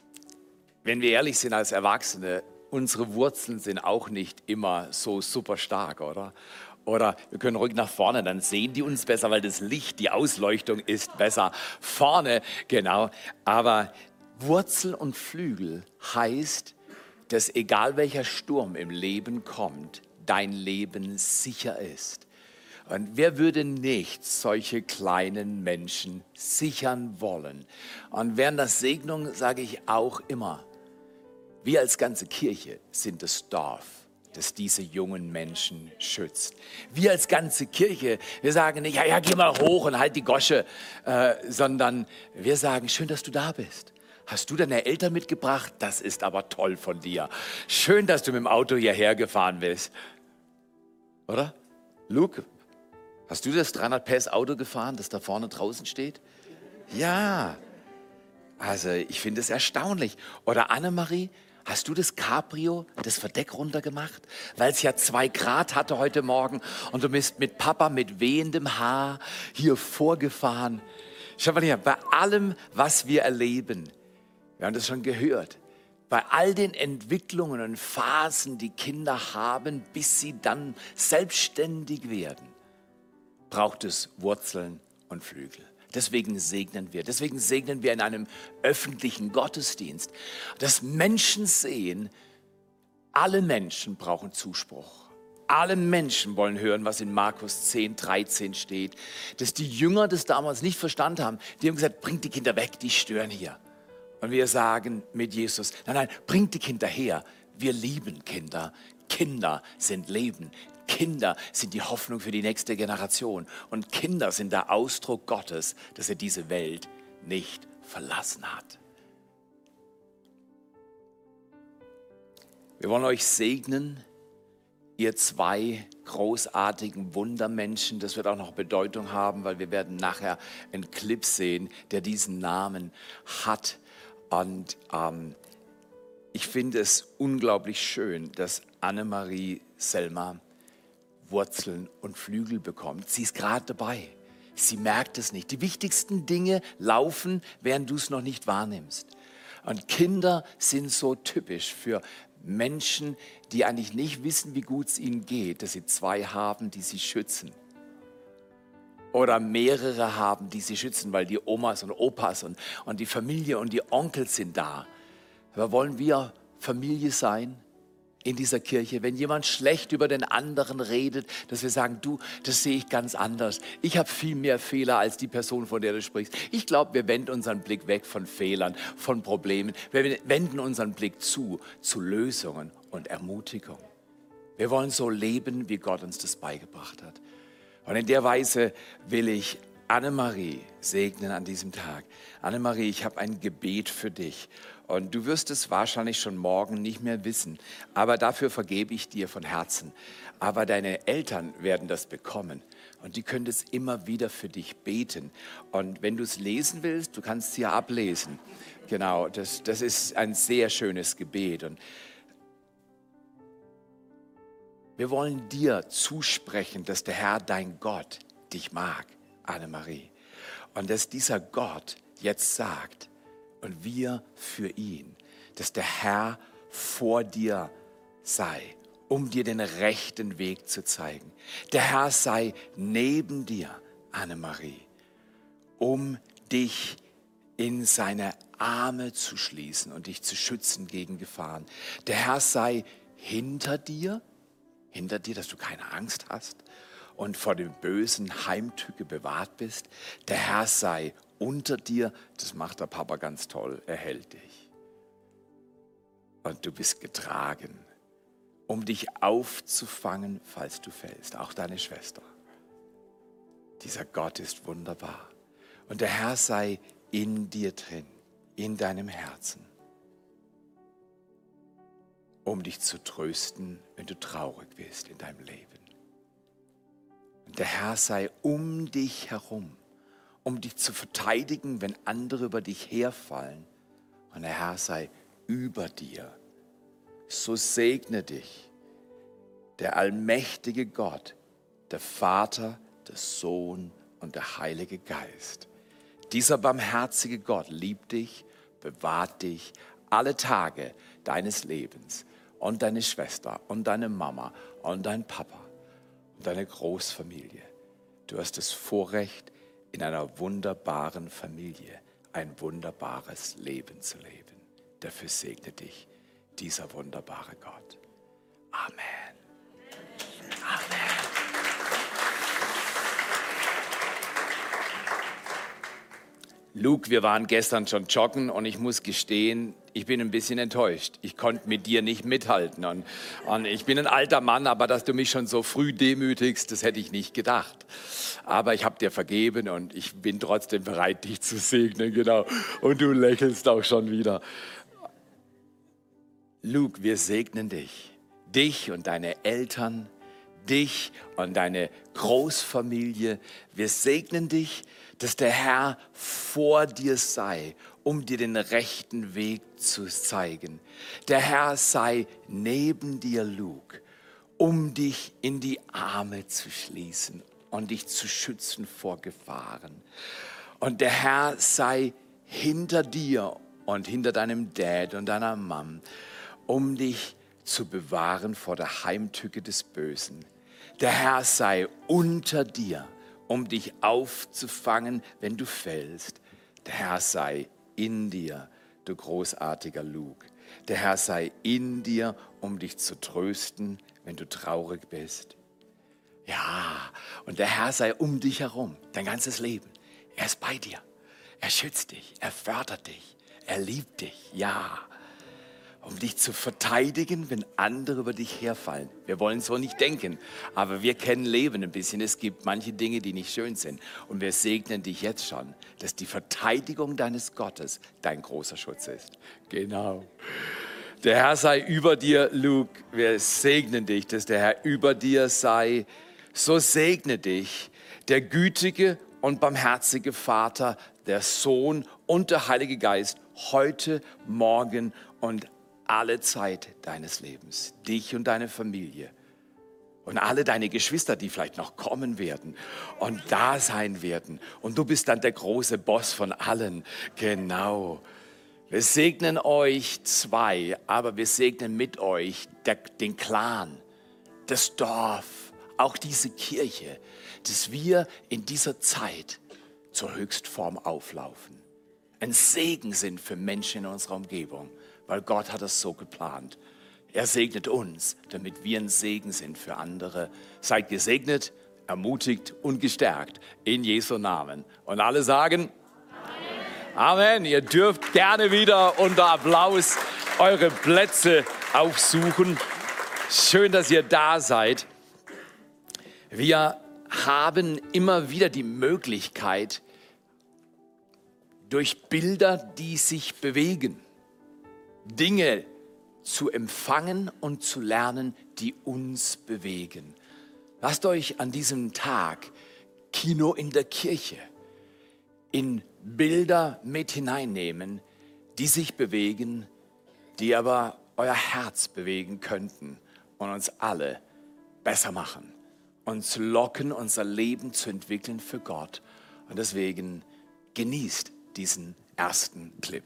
wenn wir ehrlich sind als Erwachsene, unsere Wurzeln sind auch nicht immer so super stark, oder? Oder wir können ruhig nach vorne, dann sehen die uns besser, weil das Licht, die Ausleuchtung ist besser. Vorne, genau. Aber Wurzel und Flügel heißt, dass egal welcher Sturm im Leben kommt, dein Leben sicher ist. Und wer würde nicht solche kleinen Menschen sichern wollen? Und während der Segnung sage ich auch immer, wir als ganze Kirche sind das Dorf, das diese jungen Menschen schützt. Wir als ganze Kirche, wir sagen nicht, ja, ja, geh mal hoch und halt die Gosche, äh, sondern wir sagen, schön, dass du da bist. Hast du deine Eltern mitgebracht? Das ist aber toll von dir. Schön, dass du mit dem Auto hierher gefahren bist. Oder? Luke, hast du das dreihundert P S Auto gefahren, das da vorne draußen steht? Ja. Also ich finde es erstaunlich. Oder Annemarie, hast du das Cabrio, das Verdeck runtergemacht? Weil es ja zwei Grad hatte heute Morgen und du bist mit Papa mit wehendem Haar hier vorgefahren. Schau mal hier, bei allem, was wir erleben, wir haben das schon gehört, bei all den Entwicklungen und Phasen, die Kinder haben, bis sie dann selbstständig werden, braucht es Wurzeln und Flügel. Deswegen segnen wir. Deswegen segnen wir in einem öffentlichen Gottesdienst, dass Menschen sehen, alle Menschen brauchen Zuspruch. Alle Menschen wollen hören, was in Markus zehn, dreizehn steht. Dass die Jünger das damals nicht verstanden haben. Die haben gesagt, bringt die Kinder weg, die stören hier. Und wir sagen mit Jesus, nein, nein, bringt die Kinder her. Wir lieben Kinder. Kinder sind Leben. Kinder sind die Hoffnung für die nächste Generation. Und Kinder sind der Ausdruck Gottes, dass er diese Welt nicht verlassen hat. Wir wollen euch segnen, ihr zwei großartigen Wundermenschen. Das wird auch noch Bedeutung haben, weil wir werden nachher einen Clip sehen, der diesen Namen hat. Und ähm, ich finde es unglaublich schön, dass Annemarie Selma Wurzeln und Flügel bekommt. Sie ist gerade dabei. Sie merkt es nicht. Die wichtigsten Dinge laufen, während du es noch nicht wahrnimmst. Und Kinder sind so typisch für Menschen, die eigentlich nicht wissen, wie gut es ihnen geht, dass sie zwei haben, die sie schützen. Oder mehrere haben, die sie schützen, weil die Omas und Opas und, und die Familie und die Onkels sind da. Aber wollen wir Familie sein in dieser Kirche? Wenn jemand schlecht über den anderen redet, dass wir sagen, du, das sehe ich ganz anders. Ich habe viel mehr Fehler als die Person, von der du sprichst. Ich glaube, wir wenden unseren Blick weg von Fehlern, von Problemen. Wir wenden unseren Blick zu, zu Lösungen und Ermutigung. Wir wollen so leben, wie Gott uns das beigebracht hat. Und in der Weise will ich Annemarie segnen an diesem Tag. Annemarie, ich habe ein Gebet für dich. Und du wirst es wahrscheinlich schon morgen nicht mehr wissen. Aber dafür vergebe ich dir von Herzen. Aber deine Eltern werden das bekommen. Und die können es immer wieder für dich beten. Und wenn du es lesen willst, du kannst es hier ablesen. Genau, das, das ist ein sehr schönes Gebet. Und wir wollen dir zusprechen, dass der Herr, dein Gott, dich mag, Annemarie. Und dass dieser Gott jetzt sagt, und wir für ihn, dass der Herr vor dir sei, um dir den rechten Weg zu zeigen. Der Herr sei neben dir, Annemarie, um dich in seine Arme zu schließen und dich zu schützen gegen Gefahren. Der Herr sei hinter dir, hinter dir, dass du keine Angst hast und vor dem bösen Heimtücke bewahrt bist. Der Herr sei unter dir, das macht der Papa ganz toll, er hält dich. Und du bist getragen, um dich aufzufangen, falls du fällst, auch deine Schwester. Dieser Gott ist wunderbar. Und der Herr sei in dir drin, in deinem Herzen, um dich zu trösten, wenn du traurig bist in deinem Leben. Und der Herr sei um dich herum, um dich zu verteidigen, wenn andere über dich herfallen. Und der Herr sei über dir. So segne dich der allmächtige Gott, der Vater, der Sohn und der Heilige Geist. Dieser barmherzige Gott liebt dich, bewahrt dich alle Tage deines Lebens und deine Schwester und deine Mama und dein Papa und deine Großfamilie. Du hast das Vorrecht, in einer wunderbaren Familie ein wunderbares Leben zu leben. Dafür segne dich dieser wunderbare Gott. Amen. Amen. Luke, wir waren gestern schon joggen und ich muss gestehen, ich bin ein bisschen enttäuscht. Ich konnte mit dir nicht mithalten. Und, und ich bin ein alter Mann, aber dass du mich schon so früh demütigst, das hätte ich nicht gedacht. Aber ich habe dir vergeben und ich bin trotzdem bereit, dich zu segnen, genau. Und du lächelst auch schon wieder. Luke, wir segnen dich. Dich und deine Eltern, dich und deine Großfamilie. Wir segnen dich, dass der Herr vor dir sei, um dir den rechten Weg zu zeigen. Der Herr sei neben dir, Luke, um dich in die Arme zu schließen und dich zu schützen vor Gefahren. Und der Herr sei hinter dir und hinter deinem Dad und deiner Mom, um dich zu bewahren vor der Heimtücke des Bösen. Der Herr sei unter dir, um dich aufzufangen, wenn du fällst. Der Herr sei in dir, du großartiger Luke. Der Herr sei in dir, um dich zu trösten, wenn du traurig bist. Ja, und der Herr sei um dich herum, dein ganzes Leben. Er ist bei dir. Er schützt dich, er fördert dich, er liebt dich, ja. Um dich zu verteidigen, wenn andere über dich herfallen. Wir wollen so nicht denken, aber wir kennen Leben ein bisschen. Es gibt manche Dinge, die nicht schön sind. Und wir segnen dich jetzt schon, dass die Verteidigung deines Gottes dein großer Schutz ist. Genau. Der Herr sei über dir, Luke. Wir segnen dich, dass der Herr über dir sei. So segne dich der gütige und barmherzige Vater, der Sohn und der Heilige Geist heute, morgen und alle Zeit deines Lebens. Dich und deine Familie und alle deine Geschwister, die vielleicht noch kommen werden und da sein werden. Und du bist dann der große Boss von allen. Genau. Wir segnen euch zwei, aber wir segnen mit euch der, den Clan, das Dorf, auch diese Kirche, dass wir in dieser Zeit zur Höchstform auflaufen. Ein Segen sind für Menschen in unserer Umgebung, weil Gott hat es so geplant. Er segnet uns, damit wir ein Segen sind für andere. Seid gesegnet, ermutigt und gestärkt in Jesu Namen. Und alle sagen Amen. Amen. Ihr dürft gerne wieder unter Applaus eure Plätze aufsuchen. Schön, dass ihr da seid. Wir haben immer wieder die Möglichkeit, durch Bilder, die sich bewegen, Dinge zu empfangen und zu lernen, die uns bewegen. Lasst euch an diesem Tag Kino in der Kirche in Bilder mit hineinnehmen, die sich bewegen, die aber euer Herz bewegen könnten und uns alle besser machen, uns locken, unser Leben zu entwickeln für Gott. Und deswegen genießt diesen ersten Clip.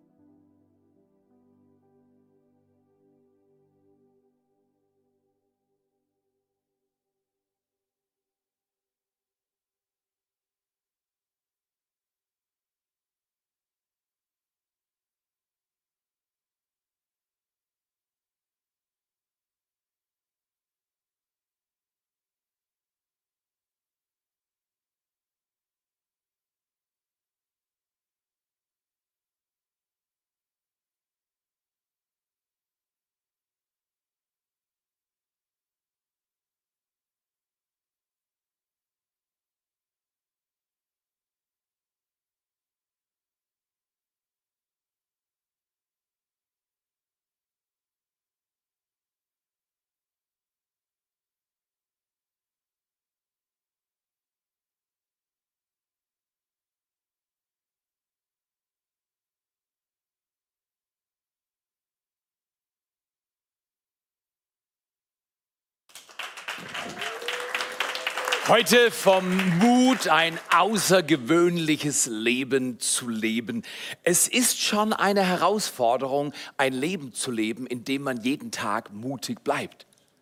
Heute vom Mut, ein außergewöhnliches Leben zu leben. Es ist schon eine Herausforderung, ein Leben zu leben, in dem man jeden Tag mutig bleibt.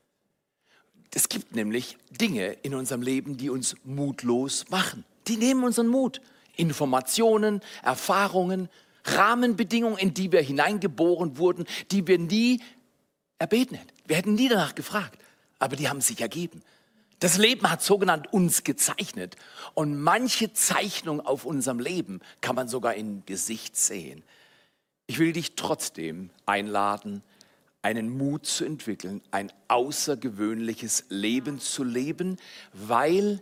Es gibt nämlich Dinge in unserem Leben, die uns mutlos machen. Die nehmen unseren Mut. Informationen, Erfahrungen, Rahmenbedingungen, in die wir hineingeboren wurden, die wir nie erbeten hätten. Wir hätten nie danach gefragt, aber die haben sich ergeben. Das Leben hat sogenannt uns gezeichnet und manche Zeichnung auf unserem Leben kann man sogar im Gesicht sehen. Ich will dich trotzdem einladen, einen Mut zu entwickeln, ein außergewöhnliches Leben zu leben, weil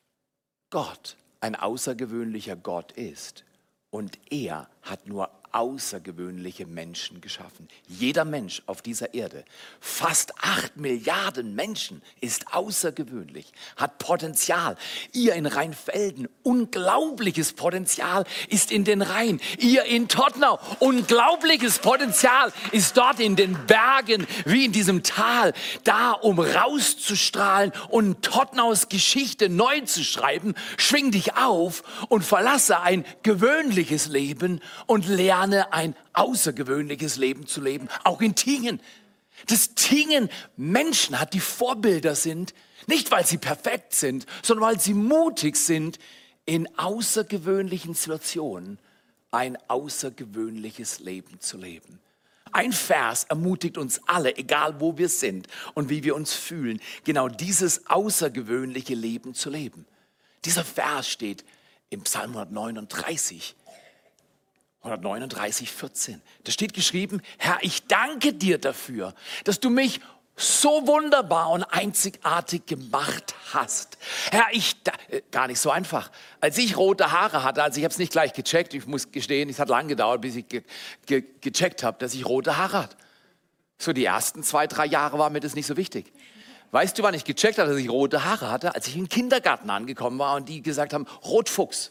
Gott ein außergewöhnlicher Gott ist und er hat nur außergewöhnliche Menschen geschaffen. Jeder Mensch auf dieser Erde, fast acht Milliarden Menschen, ist außergewöhnlich, hat Potenzial. Ihr in Rheinfelden, unglaubliches Potenzial ist in den Rhein. Ihr in Todtnau, unglaubliches Potenzial ist dort in den Bergen, wie in diesem Tal, da um rauszustrahlen und Todtnaus Geschichte neu zu schreiben. Schwing dich auf und verlasse ein gewöhnliches Leben und lerne lerne ein außergewöhnliches Leben zu leben, auch in Tingen. Dass Tingen Menschen hat, die Vorbilder sind, nicht weil sie perfekt sind, sondern weil sie mutig sind, in außergewöhnlichen Situationen ein außergewöhnliches Leben zu leben. Ein Vers ermutigt uns alle, egal wo wir sind und wie wir uns fühlen, genau dieses außergewöhnliche Leben zu leben. Dieser Vers steht im Psalm hundertneununddreißig, hundertneununddreißig, vierzehn. Da steht geschrieben, Herr, ich danke dir dafür, dass du mich so wunderbar und einzigartig gemacht hast. Herr, ich, da, äh, gar nicht so einfach. Als ich rote Haare hatte, also ich habe es nicht gleich gecheckt, ich muss gestehen, es hat lange gedauert, bis ich ge, ge, gecheckt habe, dass ich rote Haare hatte. So die ersten zwei, drei Jahre war mir das nicht so wichtig. Weißt du, wann ich gecheckt habe, dass ich rote Haare hatte? Als ich im Kindergarten angekommen war und die gesagt haben, Rotfuchs.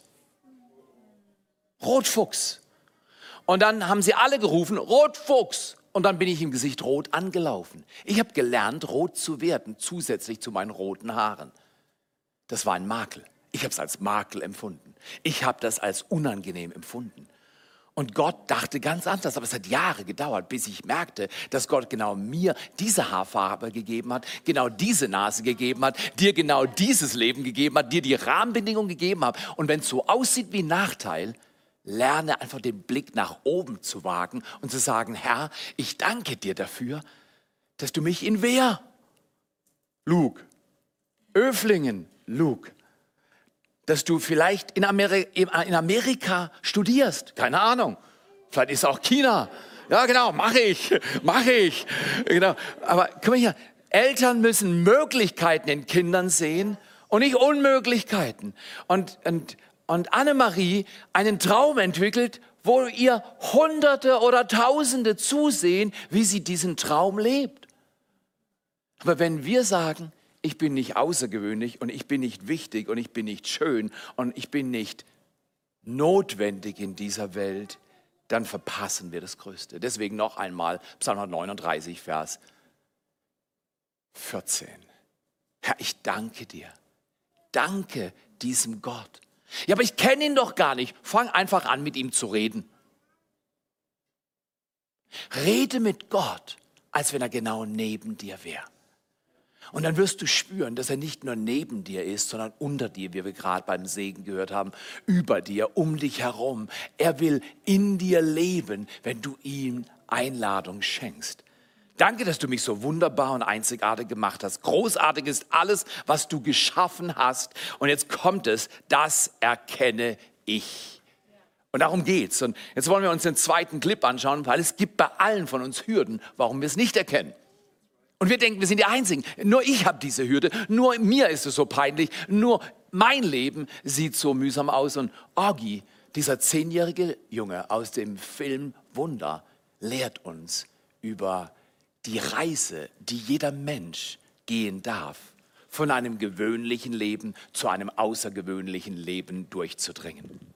Rotfuchs. Und dann haben sie alle gerufen, Rotfuchs. Und dann bin ich im Gesicht rot angelaufen. Ich habe gelernt, rot zu werden, zusätzlich zu meinen roten Haaren. Das war ein Makel. Ich habe es als Makel empfunden. Ich habe das als unangenehm empfunden. Und Gott dachte ganz anders, aber es hat Jahre gedauert, bis ich merkte, dass Gott genau mir diese Haarfarbe gegeben hat, genau diese Nase gegeben hat, dir genau dieses Leben gegeben hat, dir die Rahmenbedingungen gegeben hat. Und wenn es so aussieht wie ein Nachteil, lerne einfach den Blick nach oben zu wagen und zu sagen, Herr, ich danke dir dafür, dass du mich in Wehr, Luke, Öflingen, Luke, dass du vielleicht in Ameri- in Amerika studierst, keine Ahnung, vielleicht ist auch China, ja genau, mache ich, mache ich, genau. Aber guck mal hier, Eltern müssen Möglichkeiten in Kindern sehen und nicht Unmöglichkeiten. Und, und Und Annemarie einen Traum entwickelt, wo ihr Hunderte oder Tausende zusehen, wie sie diesen Traum lebt. Aber wenn wir sagen, ich bin nicht außergewöhnlich und ich bin nicht wichtig und ich bin nicht schön und ich bin nicht notwendig in dieser Welt, dann verpassen wir das Größte. Deswegen noch einmal Psalm hundertneununddreißig, Vers vierzehn. Herr, ich danke dir. Danke diesem Gott. Ja, aber ich kenne ihn doch gar nicht. Fang einfach an, mit ihm zu reden. Rede mit Gott, als wenn er genau neben dir wäre. Und dann wirst du spüren, dass er nicht nur neben dir ist, sondern unter dir, wie wir gerade beim Segen gehört haben, über dir, um dich herum. Er will in dir leben, wenn du ihm Einladung schenkst. Danke, dass du mich so wunderbar und einzigartig gemacht hast. Großartig ist alles, was du geschaffen hast. Und jetzt kommt es, das erkenne ich. Und darum geht's. Und jetzt wollen wir uns den zweiten Clip anschauen, weil es gibt bei allen von uns Hürden, warum wir es nicht erkennen. Und wir denken, wir sind die Einzigen. Nur ich habe diese Hürde. Nur mir ist es so peinlich. Nur mein Leben sieht so mühsam aus. Und Augie, dieser zehnjährige Junge aus dem Film Wunder, lehrt uns über die Reise, die jeder Mensch gehen darf, von einem gewöhnlichen Leben zu einem außergewöhnlichen Leben durchzudringen.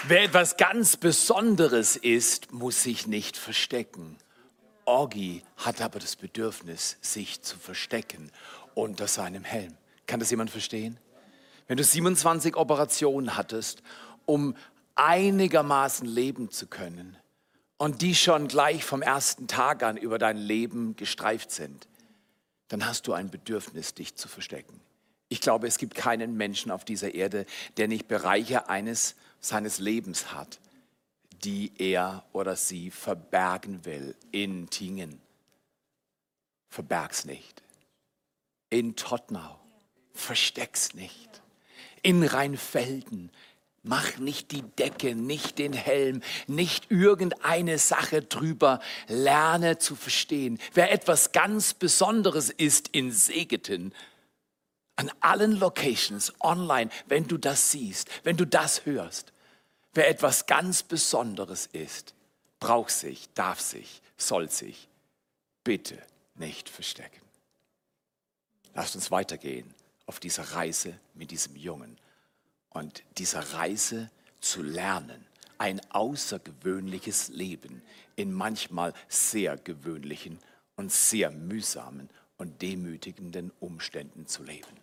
Wer etwas ganz Besonderes ist, muss sich nicht verstecken. Orgi hat aber das Bedürfnis, sich zu verstecken unter seinem Helm. Kann das jemand verstehen? Wenn du siebenundzwanzig Operationen hattest, um einigermaßen leben zu können und die schon gleich vom ersten Tag an über dein Leben gestreift sind, dann hast du ein Bedürfnis, dich zu verstecken. Ich glaube, es gibt keinen Menschen auf dieser Erde, der nicht Bereiche eines seines Lebens hat, die er oder sie verbergen will in Tingen. Verberg's nicht. In Todtnau. Versteck's nicht. In Rheinfelden. Mach nicht die Decke, nicht den Helm, nicht irgendeine Sache drüber. Lerne zu verstehen. Wer etwas ganz Besonderes ist in Segeten, an allen Locations, online, wenn du das siehst, wenn du das hörst, wer etwas ganz Besonderes ist, braucht sich, darf sich, soll sich bitte nicht verstecken. Lasst uns weitergehen auf dieser Reise mit diesem Jungen und dieser Reise zu lernen, ein außergewöhnliches Leben in manchmal sehr gewöhnlichen und sehr mühsamen und demütigenden Umständen zu leben.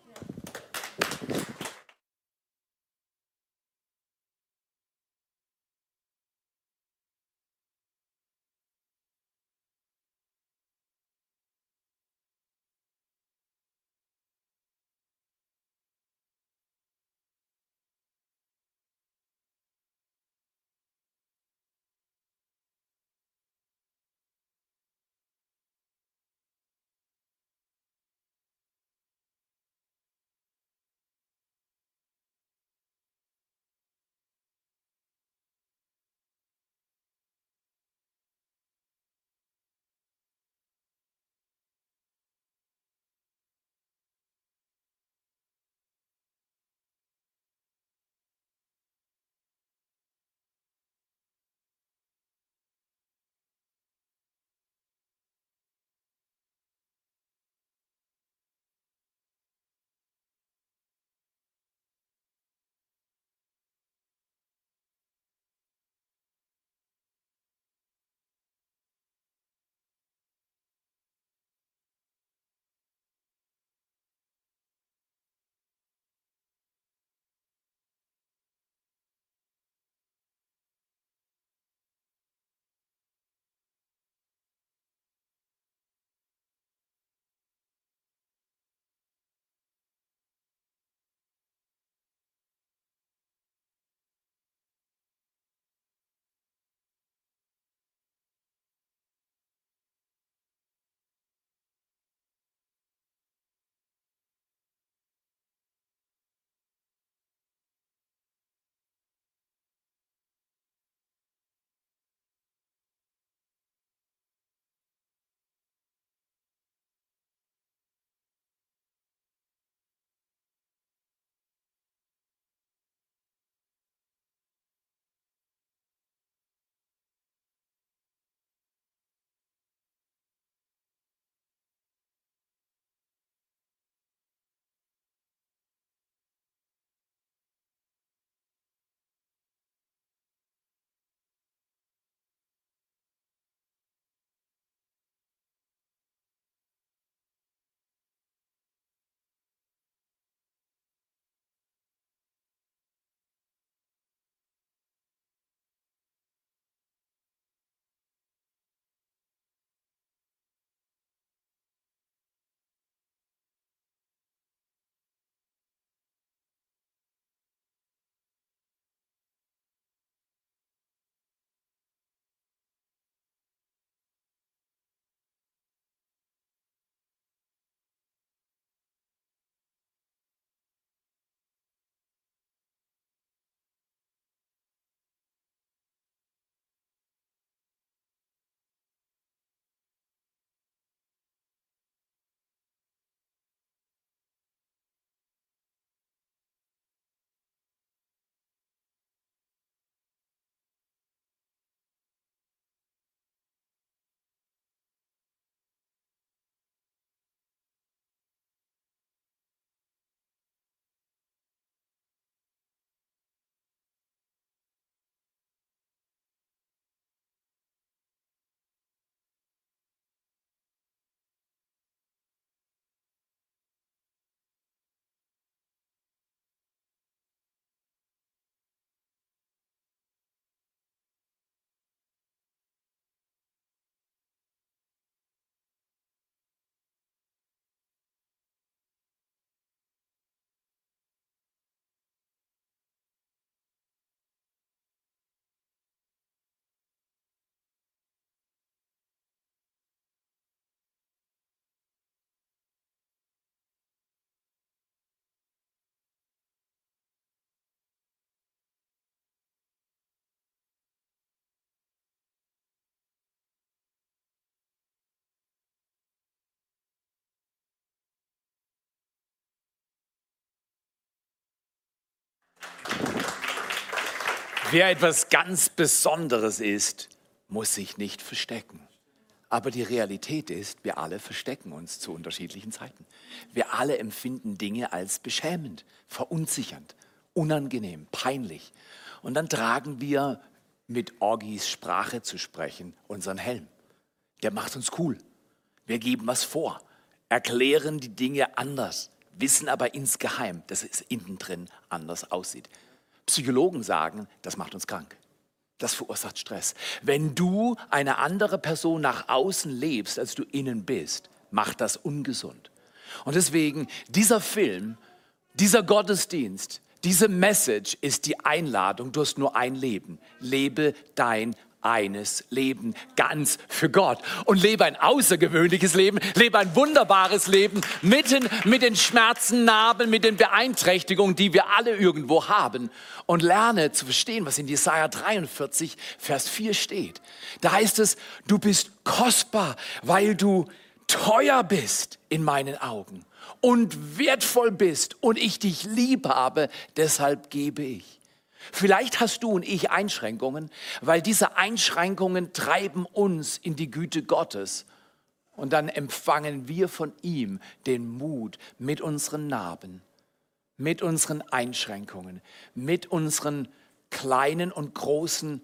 Wer etwas ganz Besonderes ist, muss sich nicht verstecken. Aber die Realität ist, wir alle verstecken uns zu unterschiedlichen Zeiten. Wir alle empfinden Dinge als beschämend, verunsichernd, unangenehm, peinlich. Und dann tragen wir, mit Orgis Sprache zu sprechen, unseren Helm. Der macht uns cool. Wir geben was vor, erklären die Dinge anders, wissen aber insgeheim, dass es innen drin anders aussieht. Psychologen sagen, das macht uns krank. Das verursacht Stress. Wenn du eine andere Person nach außen lebst, als du innen bist, macht das ungesund. Und deswegen, dieser Film, dieser Gottesdienst, diese Message ist die Einladung. Du hast nur ein Leben. Lebe dein eines Leben ganz für Gott und lebe ein außergewöhnliches Leben, lebe ein wunderbares Leben mitten mit den Schmerzen, Narben, mit den Beeinträchtigungen, die wir alle irgendwo haben und lerne zu verstehen, was in Jesaja dreiundvierzig, Vers vier steht. Da heißt es, du bist kostbar, weil du teuer bist in meinen Augen und wertvoll bist und ich dich lieb habe, deshalb gebe ich. Vielleicht hast du und ich Einschränkungen, weil diese Einschränkungen treiben uns in die Güte Gottes. Und dann empfangen wir von ihm den Mut, mit unseren Narben, mit unseren Einschränkungen, mit unseren kleinen und großen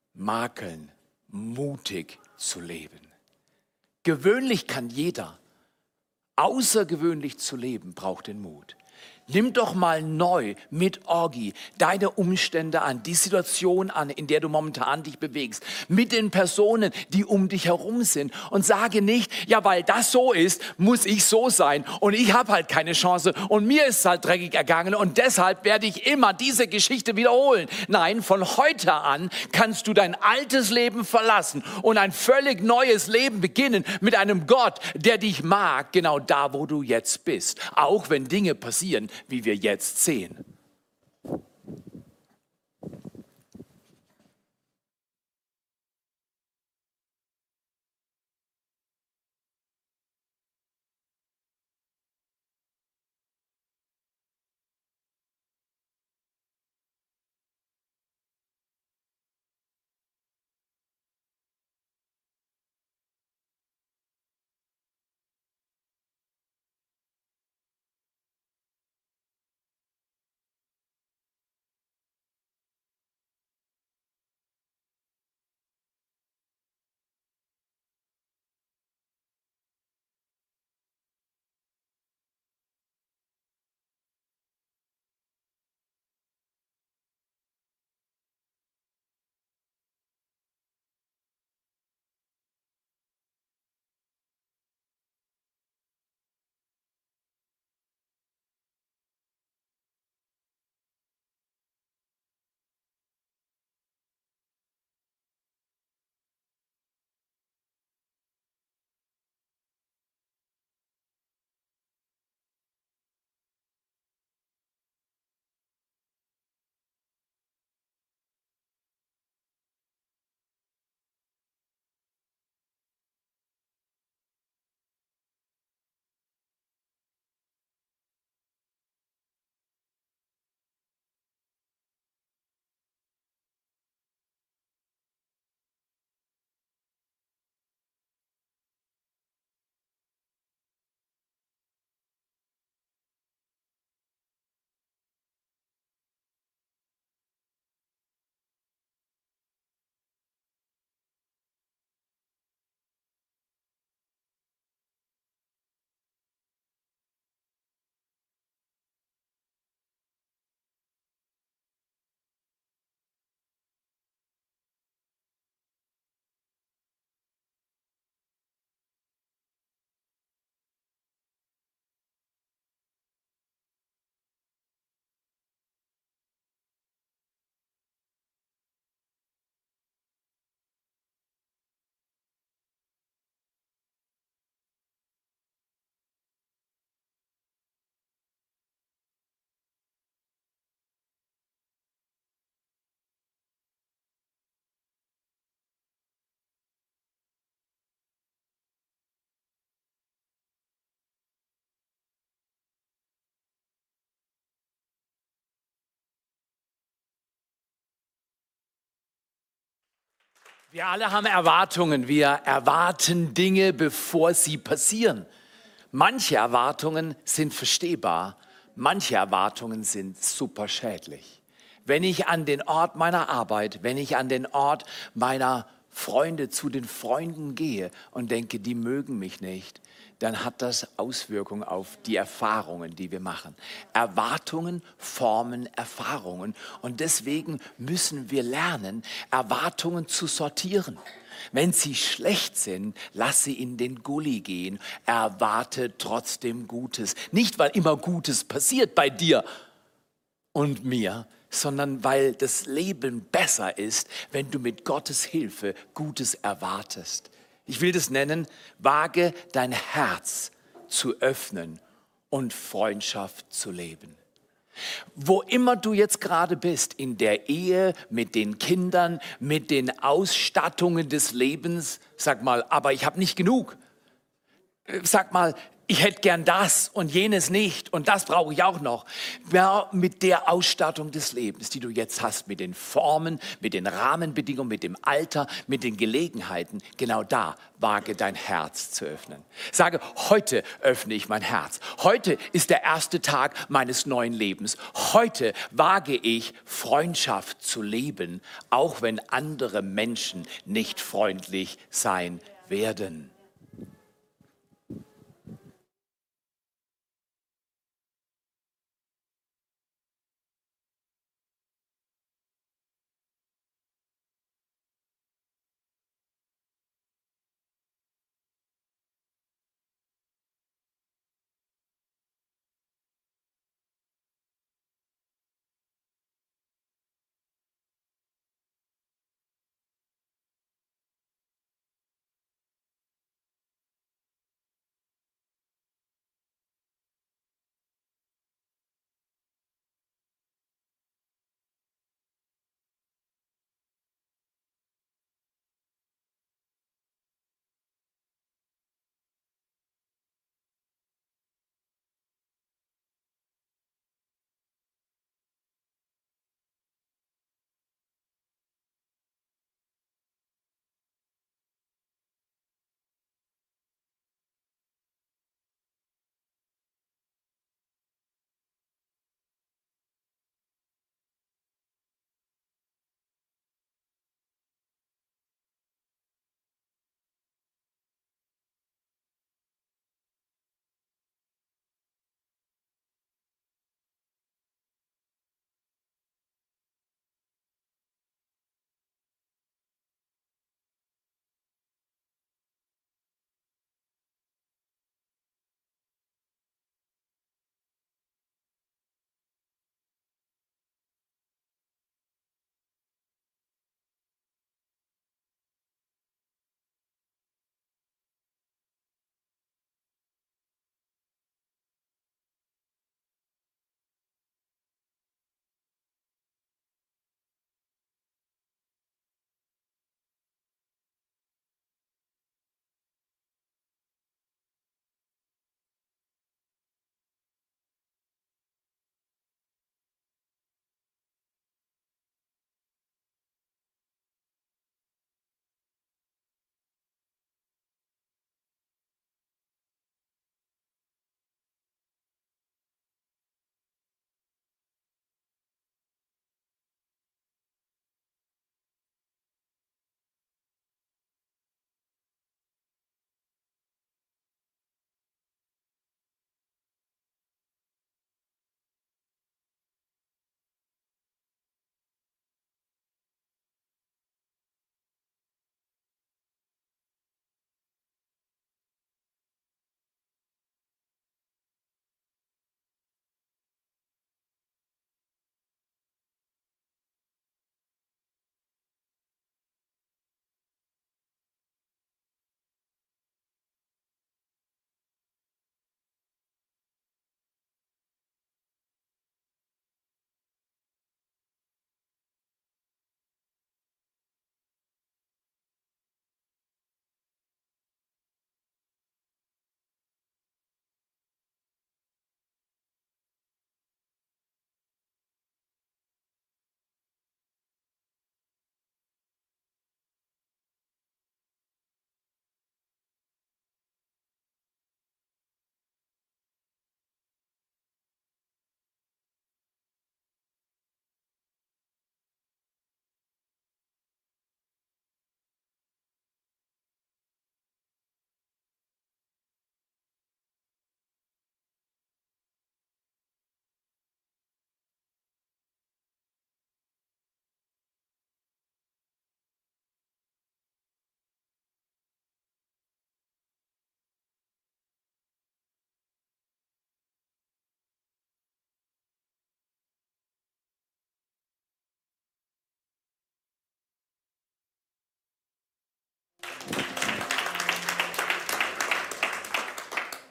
Makeln mutig zu leben. Gewöhnlich kann jeder, außergewöhnlich zu leben braucht den Mut. Nimm doch mal neu mit Orgi deine Umstände an, die Situation an, in der du momentan dich bewegst, mit den Personen, die um dich herum sind und sage nicht, ja, weil das so ist, muss ich so sein und ich habe halt keine Chance und mir ist es halt dreckig ergangen und deshalb werde ich immer diese Geschichte wiederholen. Nein, von heute an kannst du dein altes Leben verlassen und ein völlig neues Leben beginnen mit einem Gott, der dich mag, genau da, wo du jetzt bist, auch wenn Dinge passieren, wie wir jetzt sehen. Wir alle haben Erwartungen. Wir erwarten Dinge, bevor sie passieren. Manche Erwartungen sind verstehbar, manche Erwartungen sind super schädlich. Wenn ich an den Ort meiner Arbeit, wenn ich an den Ort meiner Freunde zu den Freunden gehe und denke, die mögen mich nicht, dann hat das Auswirkungen auf die Erfahrungen, die wir machen. Erwartungen formen Erfahrungen und deswegen müssen wir lernen, Erwartungen zu sortieren. Wenn sie schlecht sind, lass sie in den Gully gehen. Erwarte trotzdem Gutes. Nicht, weil immer Gutes passiert bei dir und mir, sondern weil das Leben besser ist, wenn du mit Gottes Hilfe Gutes erwartest. Ich will das nennen, wage dein Herz zu öffnen und Freundschaft zu leben. Wo immer du jetzt gerade bist, in der Ehe, mit den Kindern, mit den Ausstattungen des Lebens, sag mal, aber ich habe nicht genug. Sag mal, ich hätte gern das und jenes nicht und das brauche ich auch noch. Ja, mit der Ausstattung des Lebens, die du jetzt hast, mit den Formen, mit den Rahmenbedingungen, mit dem Alter, mit den Gelegenheiten, genau da wage dein Herz zu öffnen. Sage, heute öffne ich mein Herz. Heute ist der erste Tag meines neuen Lebens. Heute wage ich, Freundschaft zu leben, auch wenn andere Menschen nicht freundlich sein werden.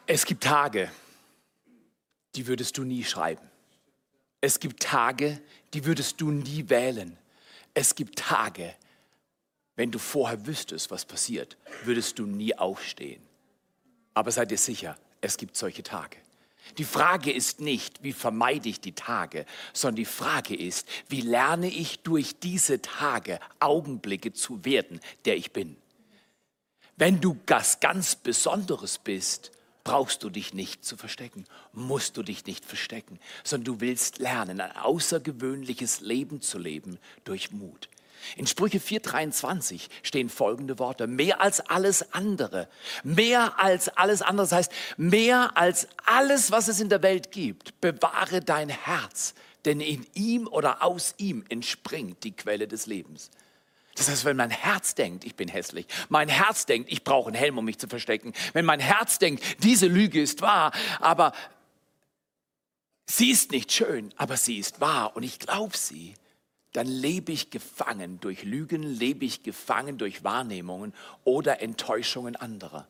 Es gibt Tage, die würdest du nie schreiben. Es gibt Tage, die würdest du nie wählen. Es gibt Tage, wenn du vorher wüsstest, was passiert, würdest du nie aufstehen. Aber sei dir sicher, es gibt solche Tage. Die Frage ist nicht, wie vermeide ich die Tage, sondern die Frage ist, wie lerne ich durch diese Tage Augenblicke zu werden, der ich bin. Wenn du was ganz Besonderes bist, brauchst du dich nicht zu verstecken, musst du dich nicht verstecken, sondern du willst lernen, ein außergewöhnliches Leben zu leben durch Mut. In Sprüche vier dreiundzwanzig stehen folgende Worte: Mehr als alles andere, mehr als alles andere, das heißt, mehr als alles, was es in der Welt gibt, bewahre dein Herz, denn in ihm oder aus ihm entspringt die Quelle des Lebens. Das heißt, wenn mein Herz denkt, ich bin hässlich, mein Herz denkt, ich brauche einen Helm, um mich zu verstecken, wenn mein Herz denkt, diese Lüge ist wahr, aber sie ist nicht schön, aber sie ist wahr und ich glaube sie, dann lebe ich gefangen durch Lügen, lebe ich gefangen durch Wahrnehmungen oder Enttäuschungen anderer.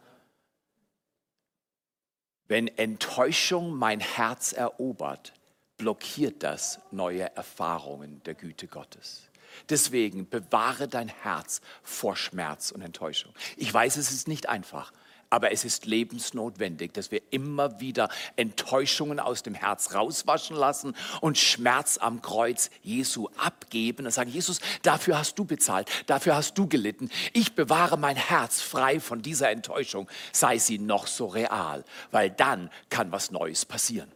Wenn Enttäuschung mein Herz erobert, blockiert das neue Erfahrungen der Güte Gottes. Deswegen bewahre dein Herz vor Schmerz und Enttäuschung. Ich weiß, es ist nicht einfach, aber es ist lebensnotwendig, dass wir immer wieder Enttäuschungen aus dem Herz rauswaschen lassen und Schmerz am Kreuz Jesu abgeben und sagen: Jesus, dafür hast du bezahlt, dafür hast du gelitten. Ich bewahre mein Herz frei von dieser Enttäuschung, sei sie noch so real, weil dann kann was Neues passieren.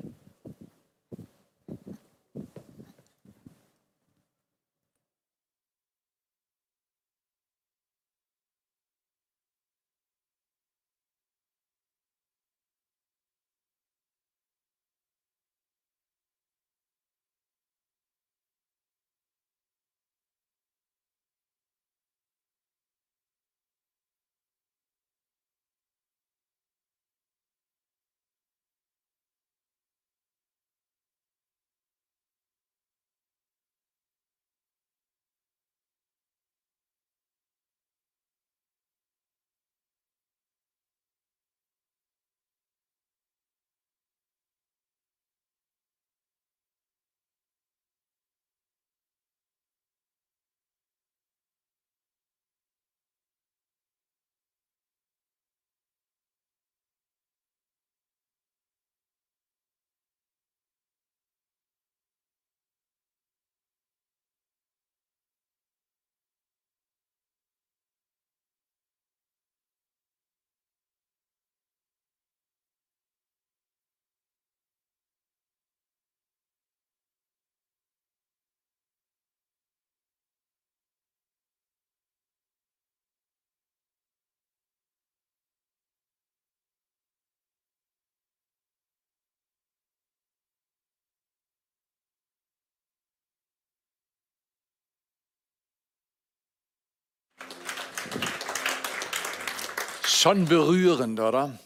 Schon berührend, oder?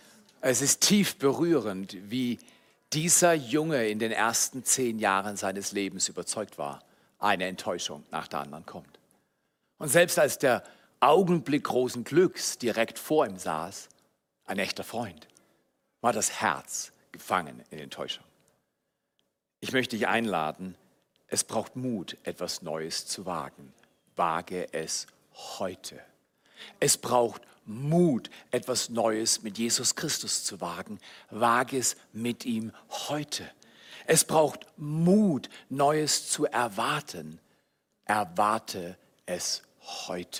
Es ist tief berührend, wie dieser Junge in den ersten zehn Jahren seines Lebens überzeugt war, eine Enttäuschung nach der anderen kommt. Und selbst als der Augenblick großen Glücks direkt vor ihm saß, ein echter Freund, war das Herz gefangen in Enttäuschung. Ich möchte dich einladen, es braucht Mut, etwas Neues zu wagen. Wage es heute. Es braucht Mut, etwas Neues mit Jesus Christus zu wagen. Wage es mit ihm heute. Es braucht Mut, Neues zu erwarten. Erwarte es heute.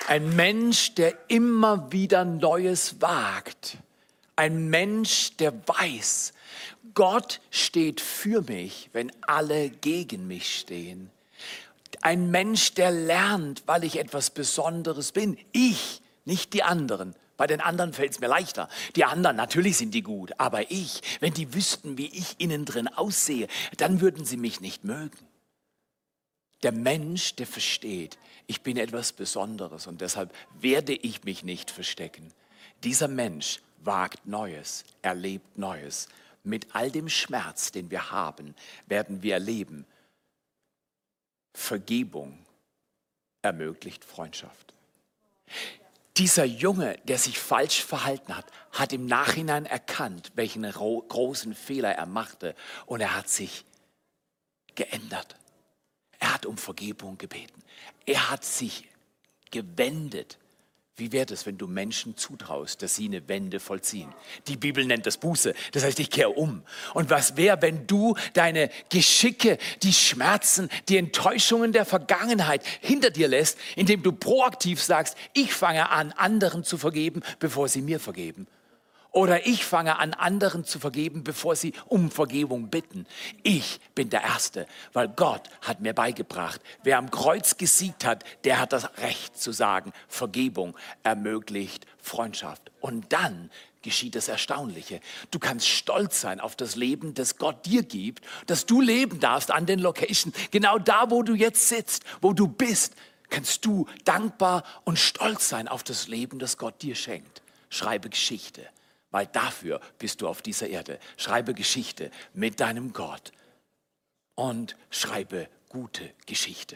Ein Mensch, der immer wieder Neues wagt. Ein Mensch, der weiß, Gott steht für mich, wenn alle gegen mich stehen. Ein Mensch, der lernt, weil ich etwas Besonderes bin. Ich, nicht die anderen. Bei den anderen fällt es mir leichter. Die anderen, natürlich sind die gut. Aber ich, wenn die wüssten, wie ich innen drin aussehe, dann würden sie mich nicht mögen. Der Mensch, der versteht, ich bin etwas Besonderes und deshalb werde ich mich nicht verstecken. Dieser Mensch wagt Neues, erlebt Neues. Mit all dem Schmerz, den wir haben, werden wir erleben, Vergebung ermöglicht Freundschaft. Dieser Junge, der sich falsch verhalten hat, hat im Nachhinein erkannt, welchen großen Fehler er machte und er hat sich geändert. Er hat um Vergebung gebeten. Er hat sich gewendet. Wie wäre es, wenn du Menschen zutraust, dass sie eine Wende vollziehen? Die Bibel nennt das Buße. Das heißt, ich kehre um. Und was wäre, wenn du deine Geschicke, die Schmerzen, die Enttäuschungen der Vergangenheit hinter dir lässt, indem du proaktiv sagst, ich fange an, anderen zu vergeben, bevor sie mir vergeben. Oder ich fange an, anderen zu vergeben, bevor sie um Vergebung bitten. Ich bin der Erste, weil Gott hat mir beigebracht, wer am Kreuz gesiegt hat, der hat das Recht zu sagen, Vergebung ermöglicht Freundschaft. Und dann geschieht das Erstaunliche. Du kannst stolz sein auf das Leben, das Gott dir gibt, dass du leben darfst an den Locations. Genau da, wo du jetzt sitzt, wo du bist, kannst du dankbar und stolz sein auf das Leben, das Gott dir schenkt. Schreibe Geschichte. Weil dafür bist du auf dieser Erde. Schreibe Geschichte mit deinem Gott und schreibe gute Geschichte.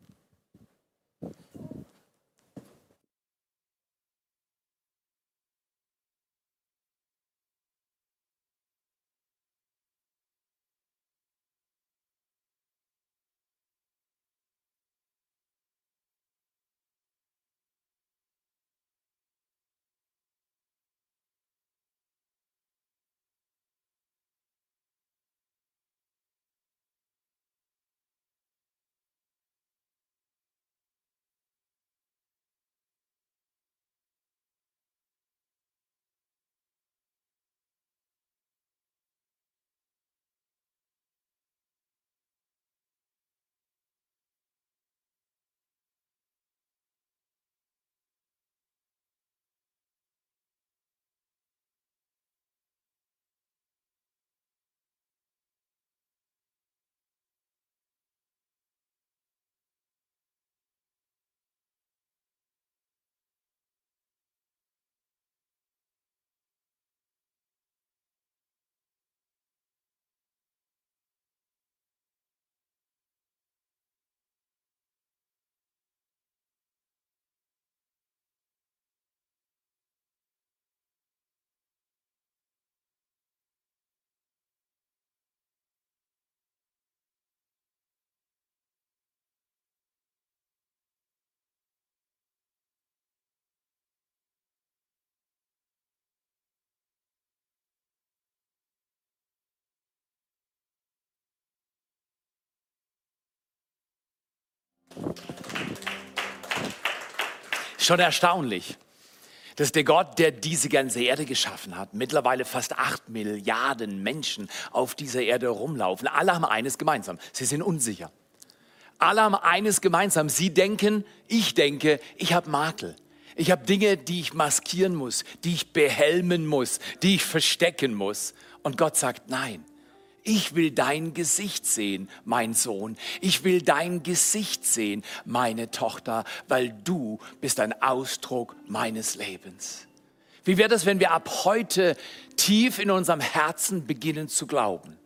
Schon erstaunlich, dass der Gott, der diese ganze Erde geschaffen hat, mittlerweile fast acht Milliarden Menschen auf dieser Erde rumlaufen. Alle haben eines gemeinsam, sie sind unsicher. Alle haben eines gemeinsam, sie denken, ich denke, ich habe Makel. Ich habe Dinge, die ich maskieren muss, die ich behelmen muss, die ich verstecken muss. Und Gott sagt, nein. Ich will dein Gesicht sehen, mein Sohn. Ich will dein Gesicht sehen, meine Tochter, weil du bist ein Ausdruck meines Lebens. Wie wäre das, wenn wir ab heute tief in unserem Herzen beginnen zu glauben,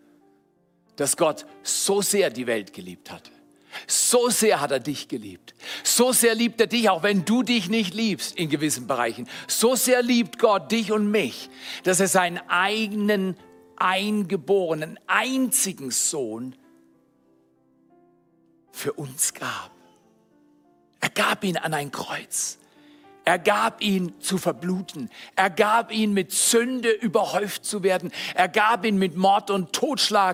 dass Gott so sehr die Welt geliebt hatte? So sehr hat er dich geliebt. So sehr liebt er dich, auch wenn du dich nicht liebst in gewissen Bereichen. So sehr liebt Gott dich und mich, dass er seinen eigenen eingeborenen, einzigen Sohn für uns gab. Er gab ihn an ein Kreuz. Er gab ihn zu verbluten. Er gab ihn mit Sünde überhäuft zu werden. Er gab ihn mit Mord und Totschlag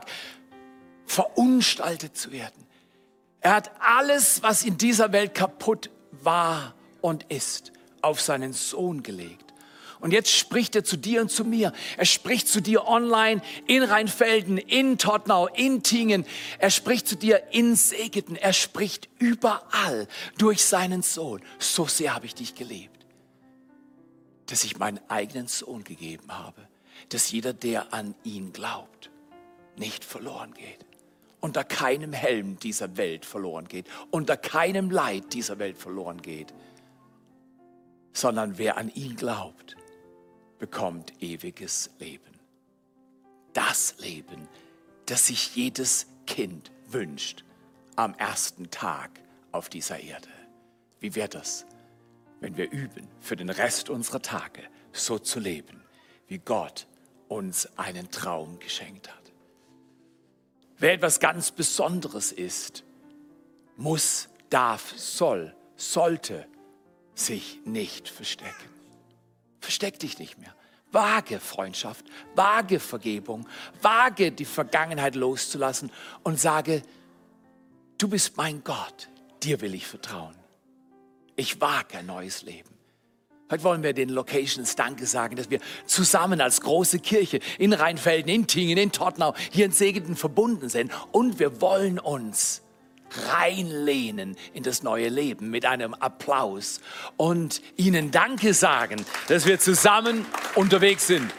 verunstaltet zu werden. Er hat alles, was in dieser Welt kaputt war und ist auf seinen Sohn gelegt. Und jetzt spricht er zu dir und zu mir. Er spricht zu dir online in Rheinfelden, in Todtnau, in Tingen. Er spricht zu dir in Segeten. Er spricht überall durch seinen Sohn. So sehr habe ich dich geliebt, dass ich meinen eigenen Sohn gegeben habe, dass jeder, der an ihn glaubt, nicht verloren geht. Unter keinem Helm dieser Welt verloren geht. Unter keinem Leid dieser Welt verloren geht. Sondern wer an ihn glaubt, bekommt ewiges Leben. Das Leben, das sich jedes Kind wünscht am ersten Tag auf dieser Erde. Wie wäre das, wenn wir üben, für den Rest unserer Tage so zu leben, wie Gott uns einen Traum geschenkt hat? Wer etwas ganz Besonderes ist, muss, darf, soll, sollte sich nicht verstecken. Versteck dich nicht mehr. Wage Freundschaft, wage Vergebung, wage die Vergangenheit loszulassen und sage, du bist mein Gott, dir will ich vertrauen. Ich wage ein neues Leben. Heute wollen wir den Locations Danke sagen, dass wir zusammen als große Kirche in Rheinfelden, in Tingen, in Todtnau, hier in Segeten verbunden sind. Und wir wollen uns reinlehnen in das neue Leben mit einem Applaus und Ihnen Danke sagen, dass wir zusammen unterwegs sind.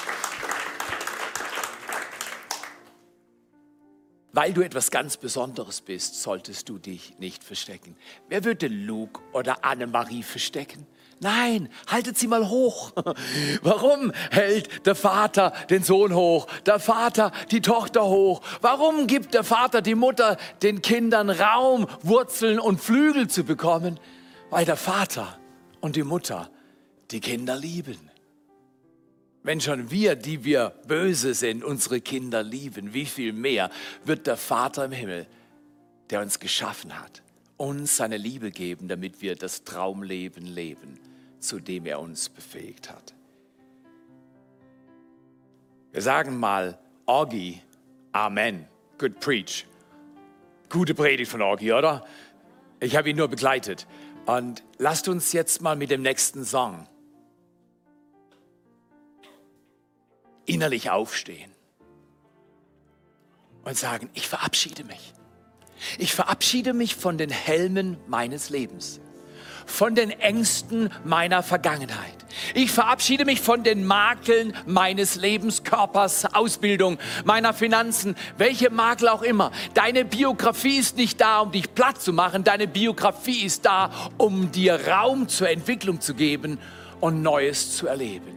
Weil du etwas ganz Besonderes bist, solltest du dich nicht verstecken. Wer würde Luke oder Annemarie verstecken? Nein, haltet sie mal hoch. Warum hält der Vater den Sohn hoch, der Vater die Tochter hoch? Warum gibt der Vater, die Mutter den Kindern Raum, Wurzeln und Flügel zu bekommen? Weil der Vater und die Mutter die Kinder lieben. Wenn schon wir, die wir böse sind, unsere Kinder lieben, wie viel mehr wird der Vater im Himmel, der uns geschaffen hat, uns seine Liebe geben, damit wir das Traumleben leben, zu dem er uns befähigt hat. Wir sagen mal, Orgi, Amen, good preach. Gute Predigt von Orgi, oder? Ich habe ihn nur begleitet. Und lasst uns jetzt mal mit dem nächsten Song innerlich aufstehen und sagen, ich verabschiede mich. Ich verabschiede mich von den Helmen meines Lebens, von den Ängsten meiner Vergangenheit. Ich verabschiede mich von den Makeln meines Lebens, Körpers, Ausbildung, meiner Finanzen, welche Makel auch immer. Deine Biografie ist nicht da, um dich platt zu machen. Deine Biografie ist da, um dir Raum zur Entwicklung zu geben und Neues zu erleben.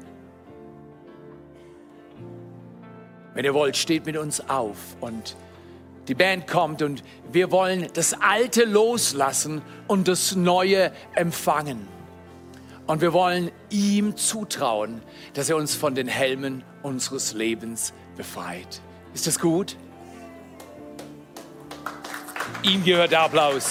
Wenn ihr wollt, steht mit uns auf und die Band kommt und wir wollen das Alte loslassen und das Neue empfangen. Und wir wollen ihm zutrauen, dass er uns von den Helmen unseres Lebens befreit. Ist das gut? Ihm gehört der Applaus.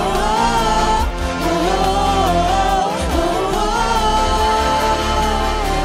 Oh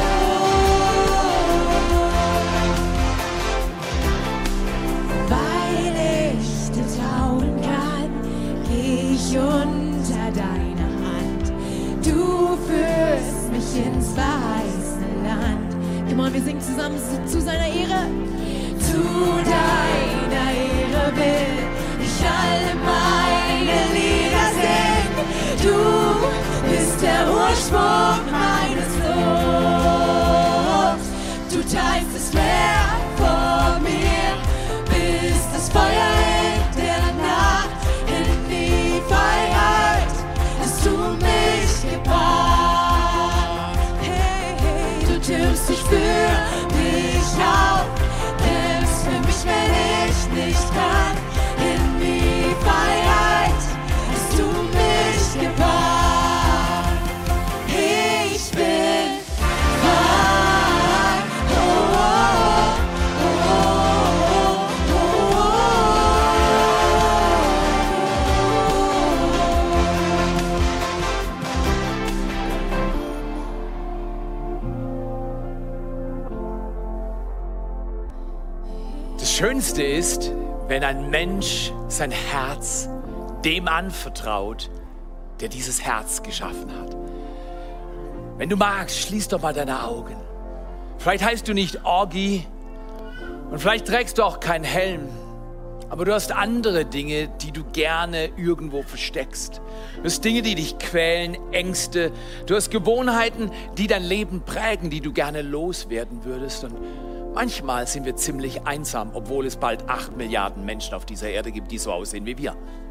unter deiner Hand. Du führst mich ins verheißene Land. Come on, wir singen zusammen zu, zu seiner Ehre. Zu deiner Ehre will ich alle meine Lieder singen. Du bist der Ursprung meines Lobs. Du teilst das Meer vor mir, bist das Feuer in der Nacht. In die Freiheit hast du mich gebracht. Hey, hey, du türmst dich für mich auf, kämpfst für mich, wenn ich nicht kann. In die Freiheit hast du mich gebracht. Ich bin frei. Oh, oh, oh, oh, oh, Das Schönste ist, wenn ein Mensch sein Herz dem anvertraut, der dieses Herz geschaffen hat. Wenn du magst, schließ doch mal deine Augen. Vielleicht heißt du nicht Orgi und vielleicht trägst du auch keinen Helm, aber du hast andere Dinge, die du gerne irgendwo versteckst. Du hast Dinge, die dich quälen, Ängste. Du hast Gewohnheiten, die dein Leben prägen, die du gerne loswerden würdest. Und manchmal sind wir ziemlich einsam, obwohl es bald acht Milliarden Menschen auf dieser Erde gibt, die so aussehen wie wir.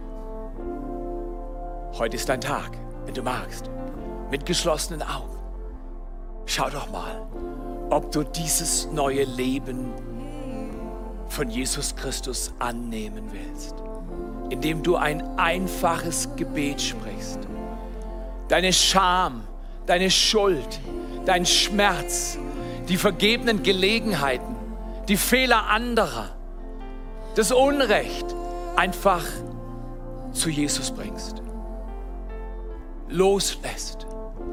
Heute ist dein Tag, wenn du magst, mit geschlossenen Augen. Schau doch mal, ob du dieses neue Leben von Jesus Christus annehmen willst, indem du ein einfaches Gebet sprichst. Deine Scham, deine Schuld, dein Schmerz, die vergebenen Gelegenheiten, die Fehler anderer, das Unrecht einfach zu Jesus bringst, loslässt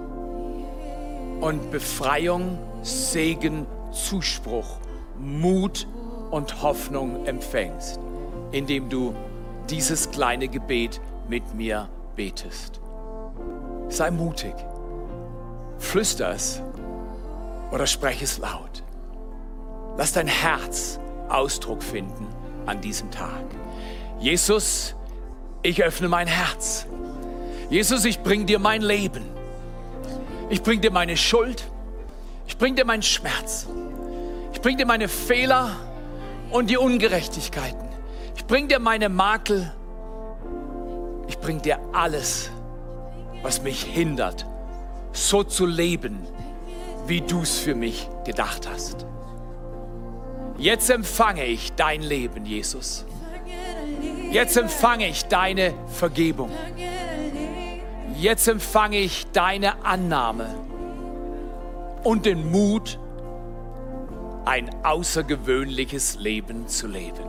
und Befreiung, Segen, Zuspruch, Mut und Hoffnung empfängst, indem du dieses kleine Gebet mit mir betest. Sei mutig, flüster es oder spreche es laut. Lass dein Herz Ausdruck finden an diesem Tag. Jesus, ich öffne mein Herz. Jesus, ich bring dir mein Leben. Ich bring dir meine Schuld. Ich bring dir meinen Schmerz. Ich bring dir meine Fehler und die Ungerechtigkeiten. Ich bring dir meine Makel. Ich bring dir alles, was mich hindert, so zu leben, wie du es für mich gedacht hast. Jetzt empfange ich dein Leben, Jesus. Jetzt empfange ich deine Vergebung. Jetzt empfange ich deine Annahme und den Mut, ein außergewöhnliches Leben zu leben.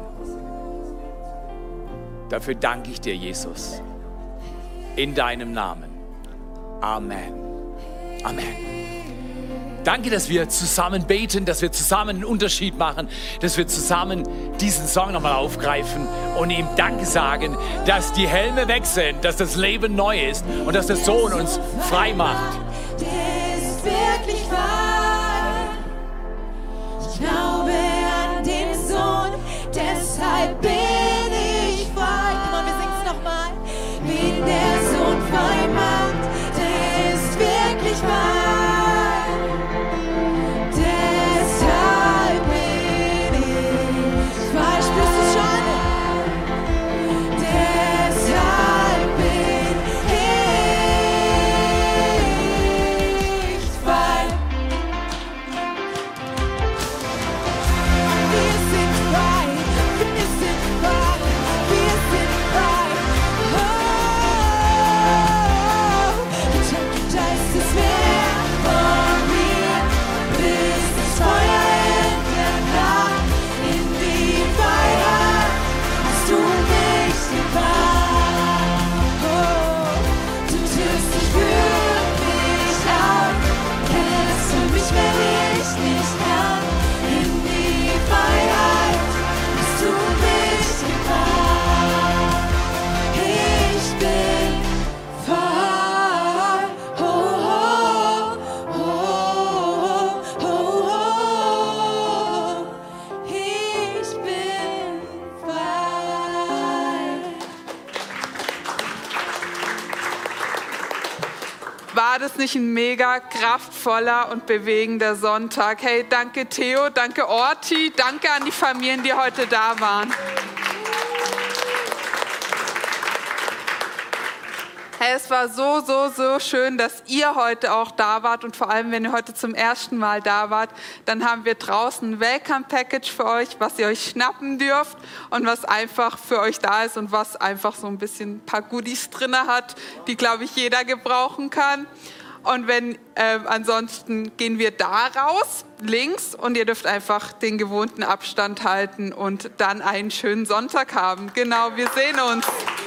Dafür danke ich dir, Jesus, in deinem Namen. Amen. Amen. Danke, dass wir zusammen beten, dass wir zusammen einen Unterschied machen, dass wir zusammen diesen Song nochmal aufgreifen und ihm Danke sagen, dass die Helme weg sind, dass das Leben neu ist und dass der Sohn uns frei macht. Der ist wirklich wahr. Ich glaube an den Sohn, deshalb bin ich frei. Komm mal, wir singen es nochmal. Wen der Sohn frei macht, der ist wirklich wahr. Deshalb bin ich frei. Spürst du schon? Deshalb bin ich frei. Wir sind frei, wir sind frei. War das nicht ein mega kraftvoller und bewegender Sonntag? Hey, danke Theo, danke Orti, danke an die Familien, die heute da waren. Hey, es war so, so, so schön, dass ihr heute auch da wart und vor allem, wenn ihr heute zum ersten Mal da wart, dann haben wir draußen ein Welcome-Package für euch, was ihr euch schnappen dürft und was einfach für euch da ist und was einfach so ein bisschen ein paar Goodies drin hat, die, glaube ich, jeder gebrauchen kann. Und wenn, äh, ansonsten gehen wir da raus, links, und ihr dürft einfach den gewohnten Abstand halten und dann einen schönen Sonntag haben. Genau, wir sehen uns.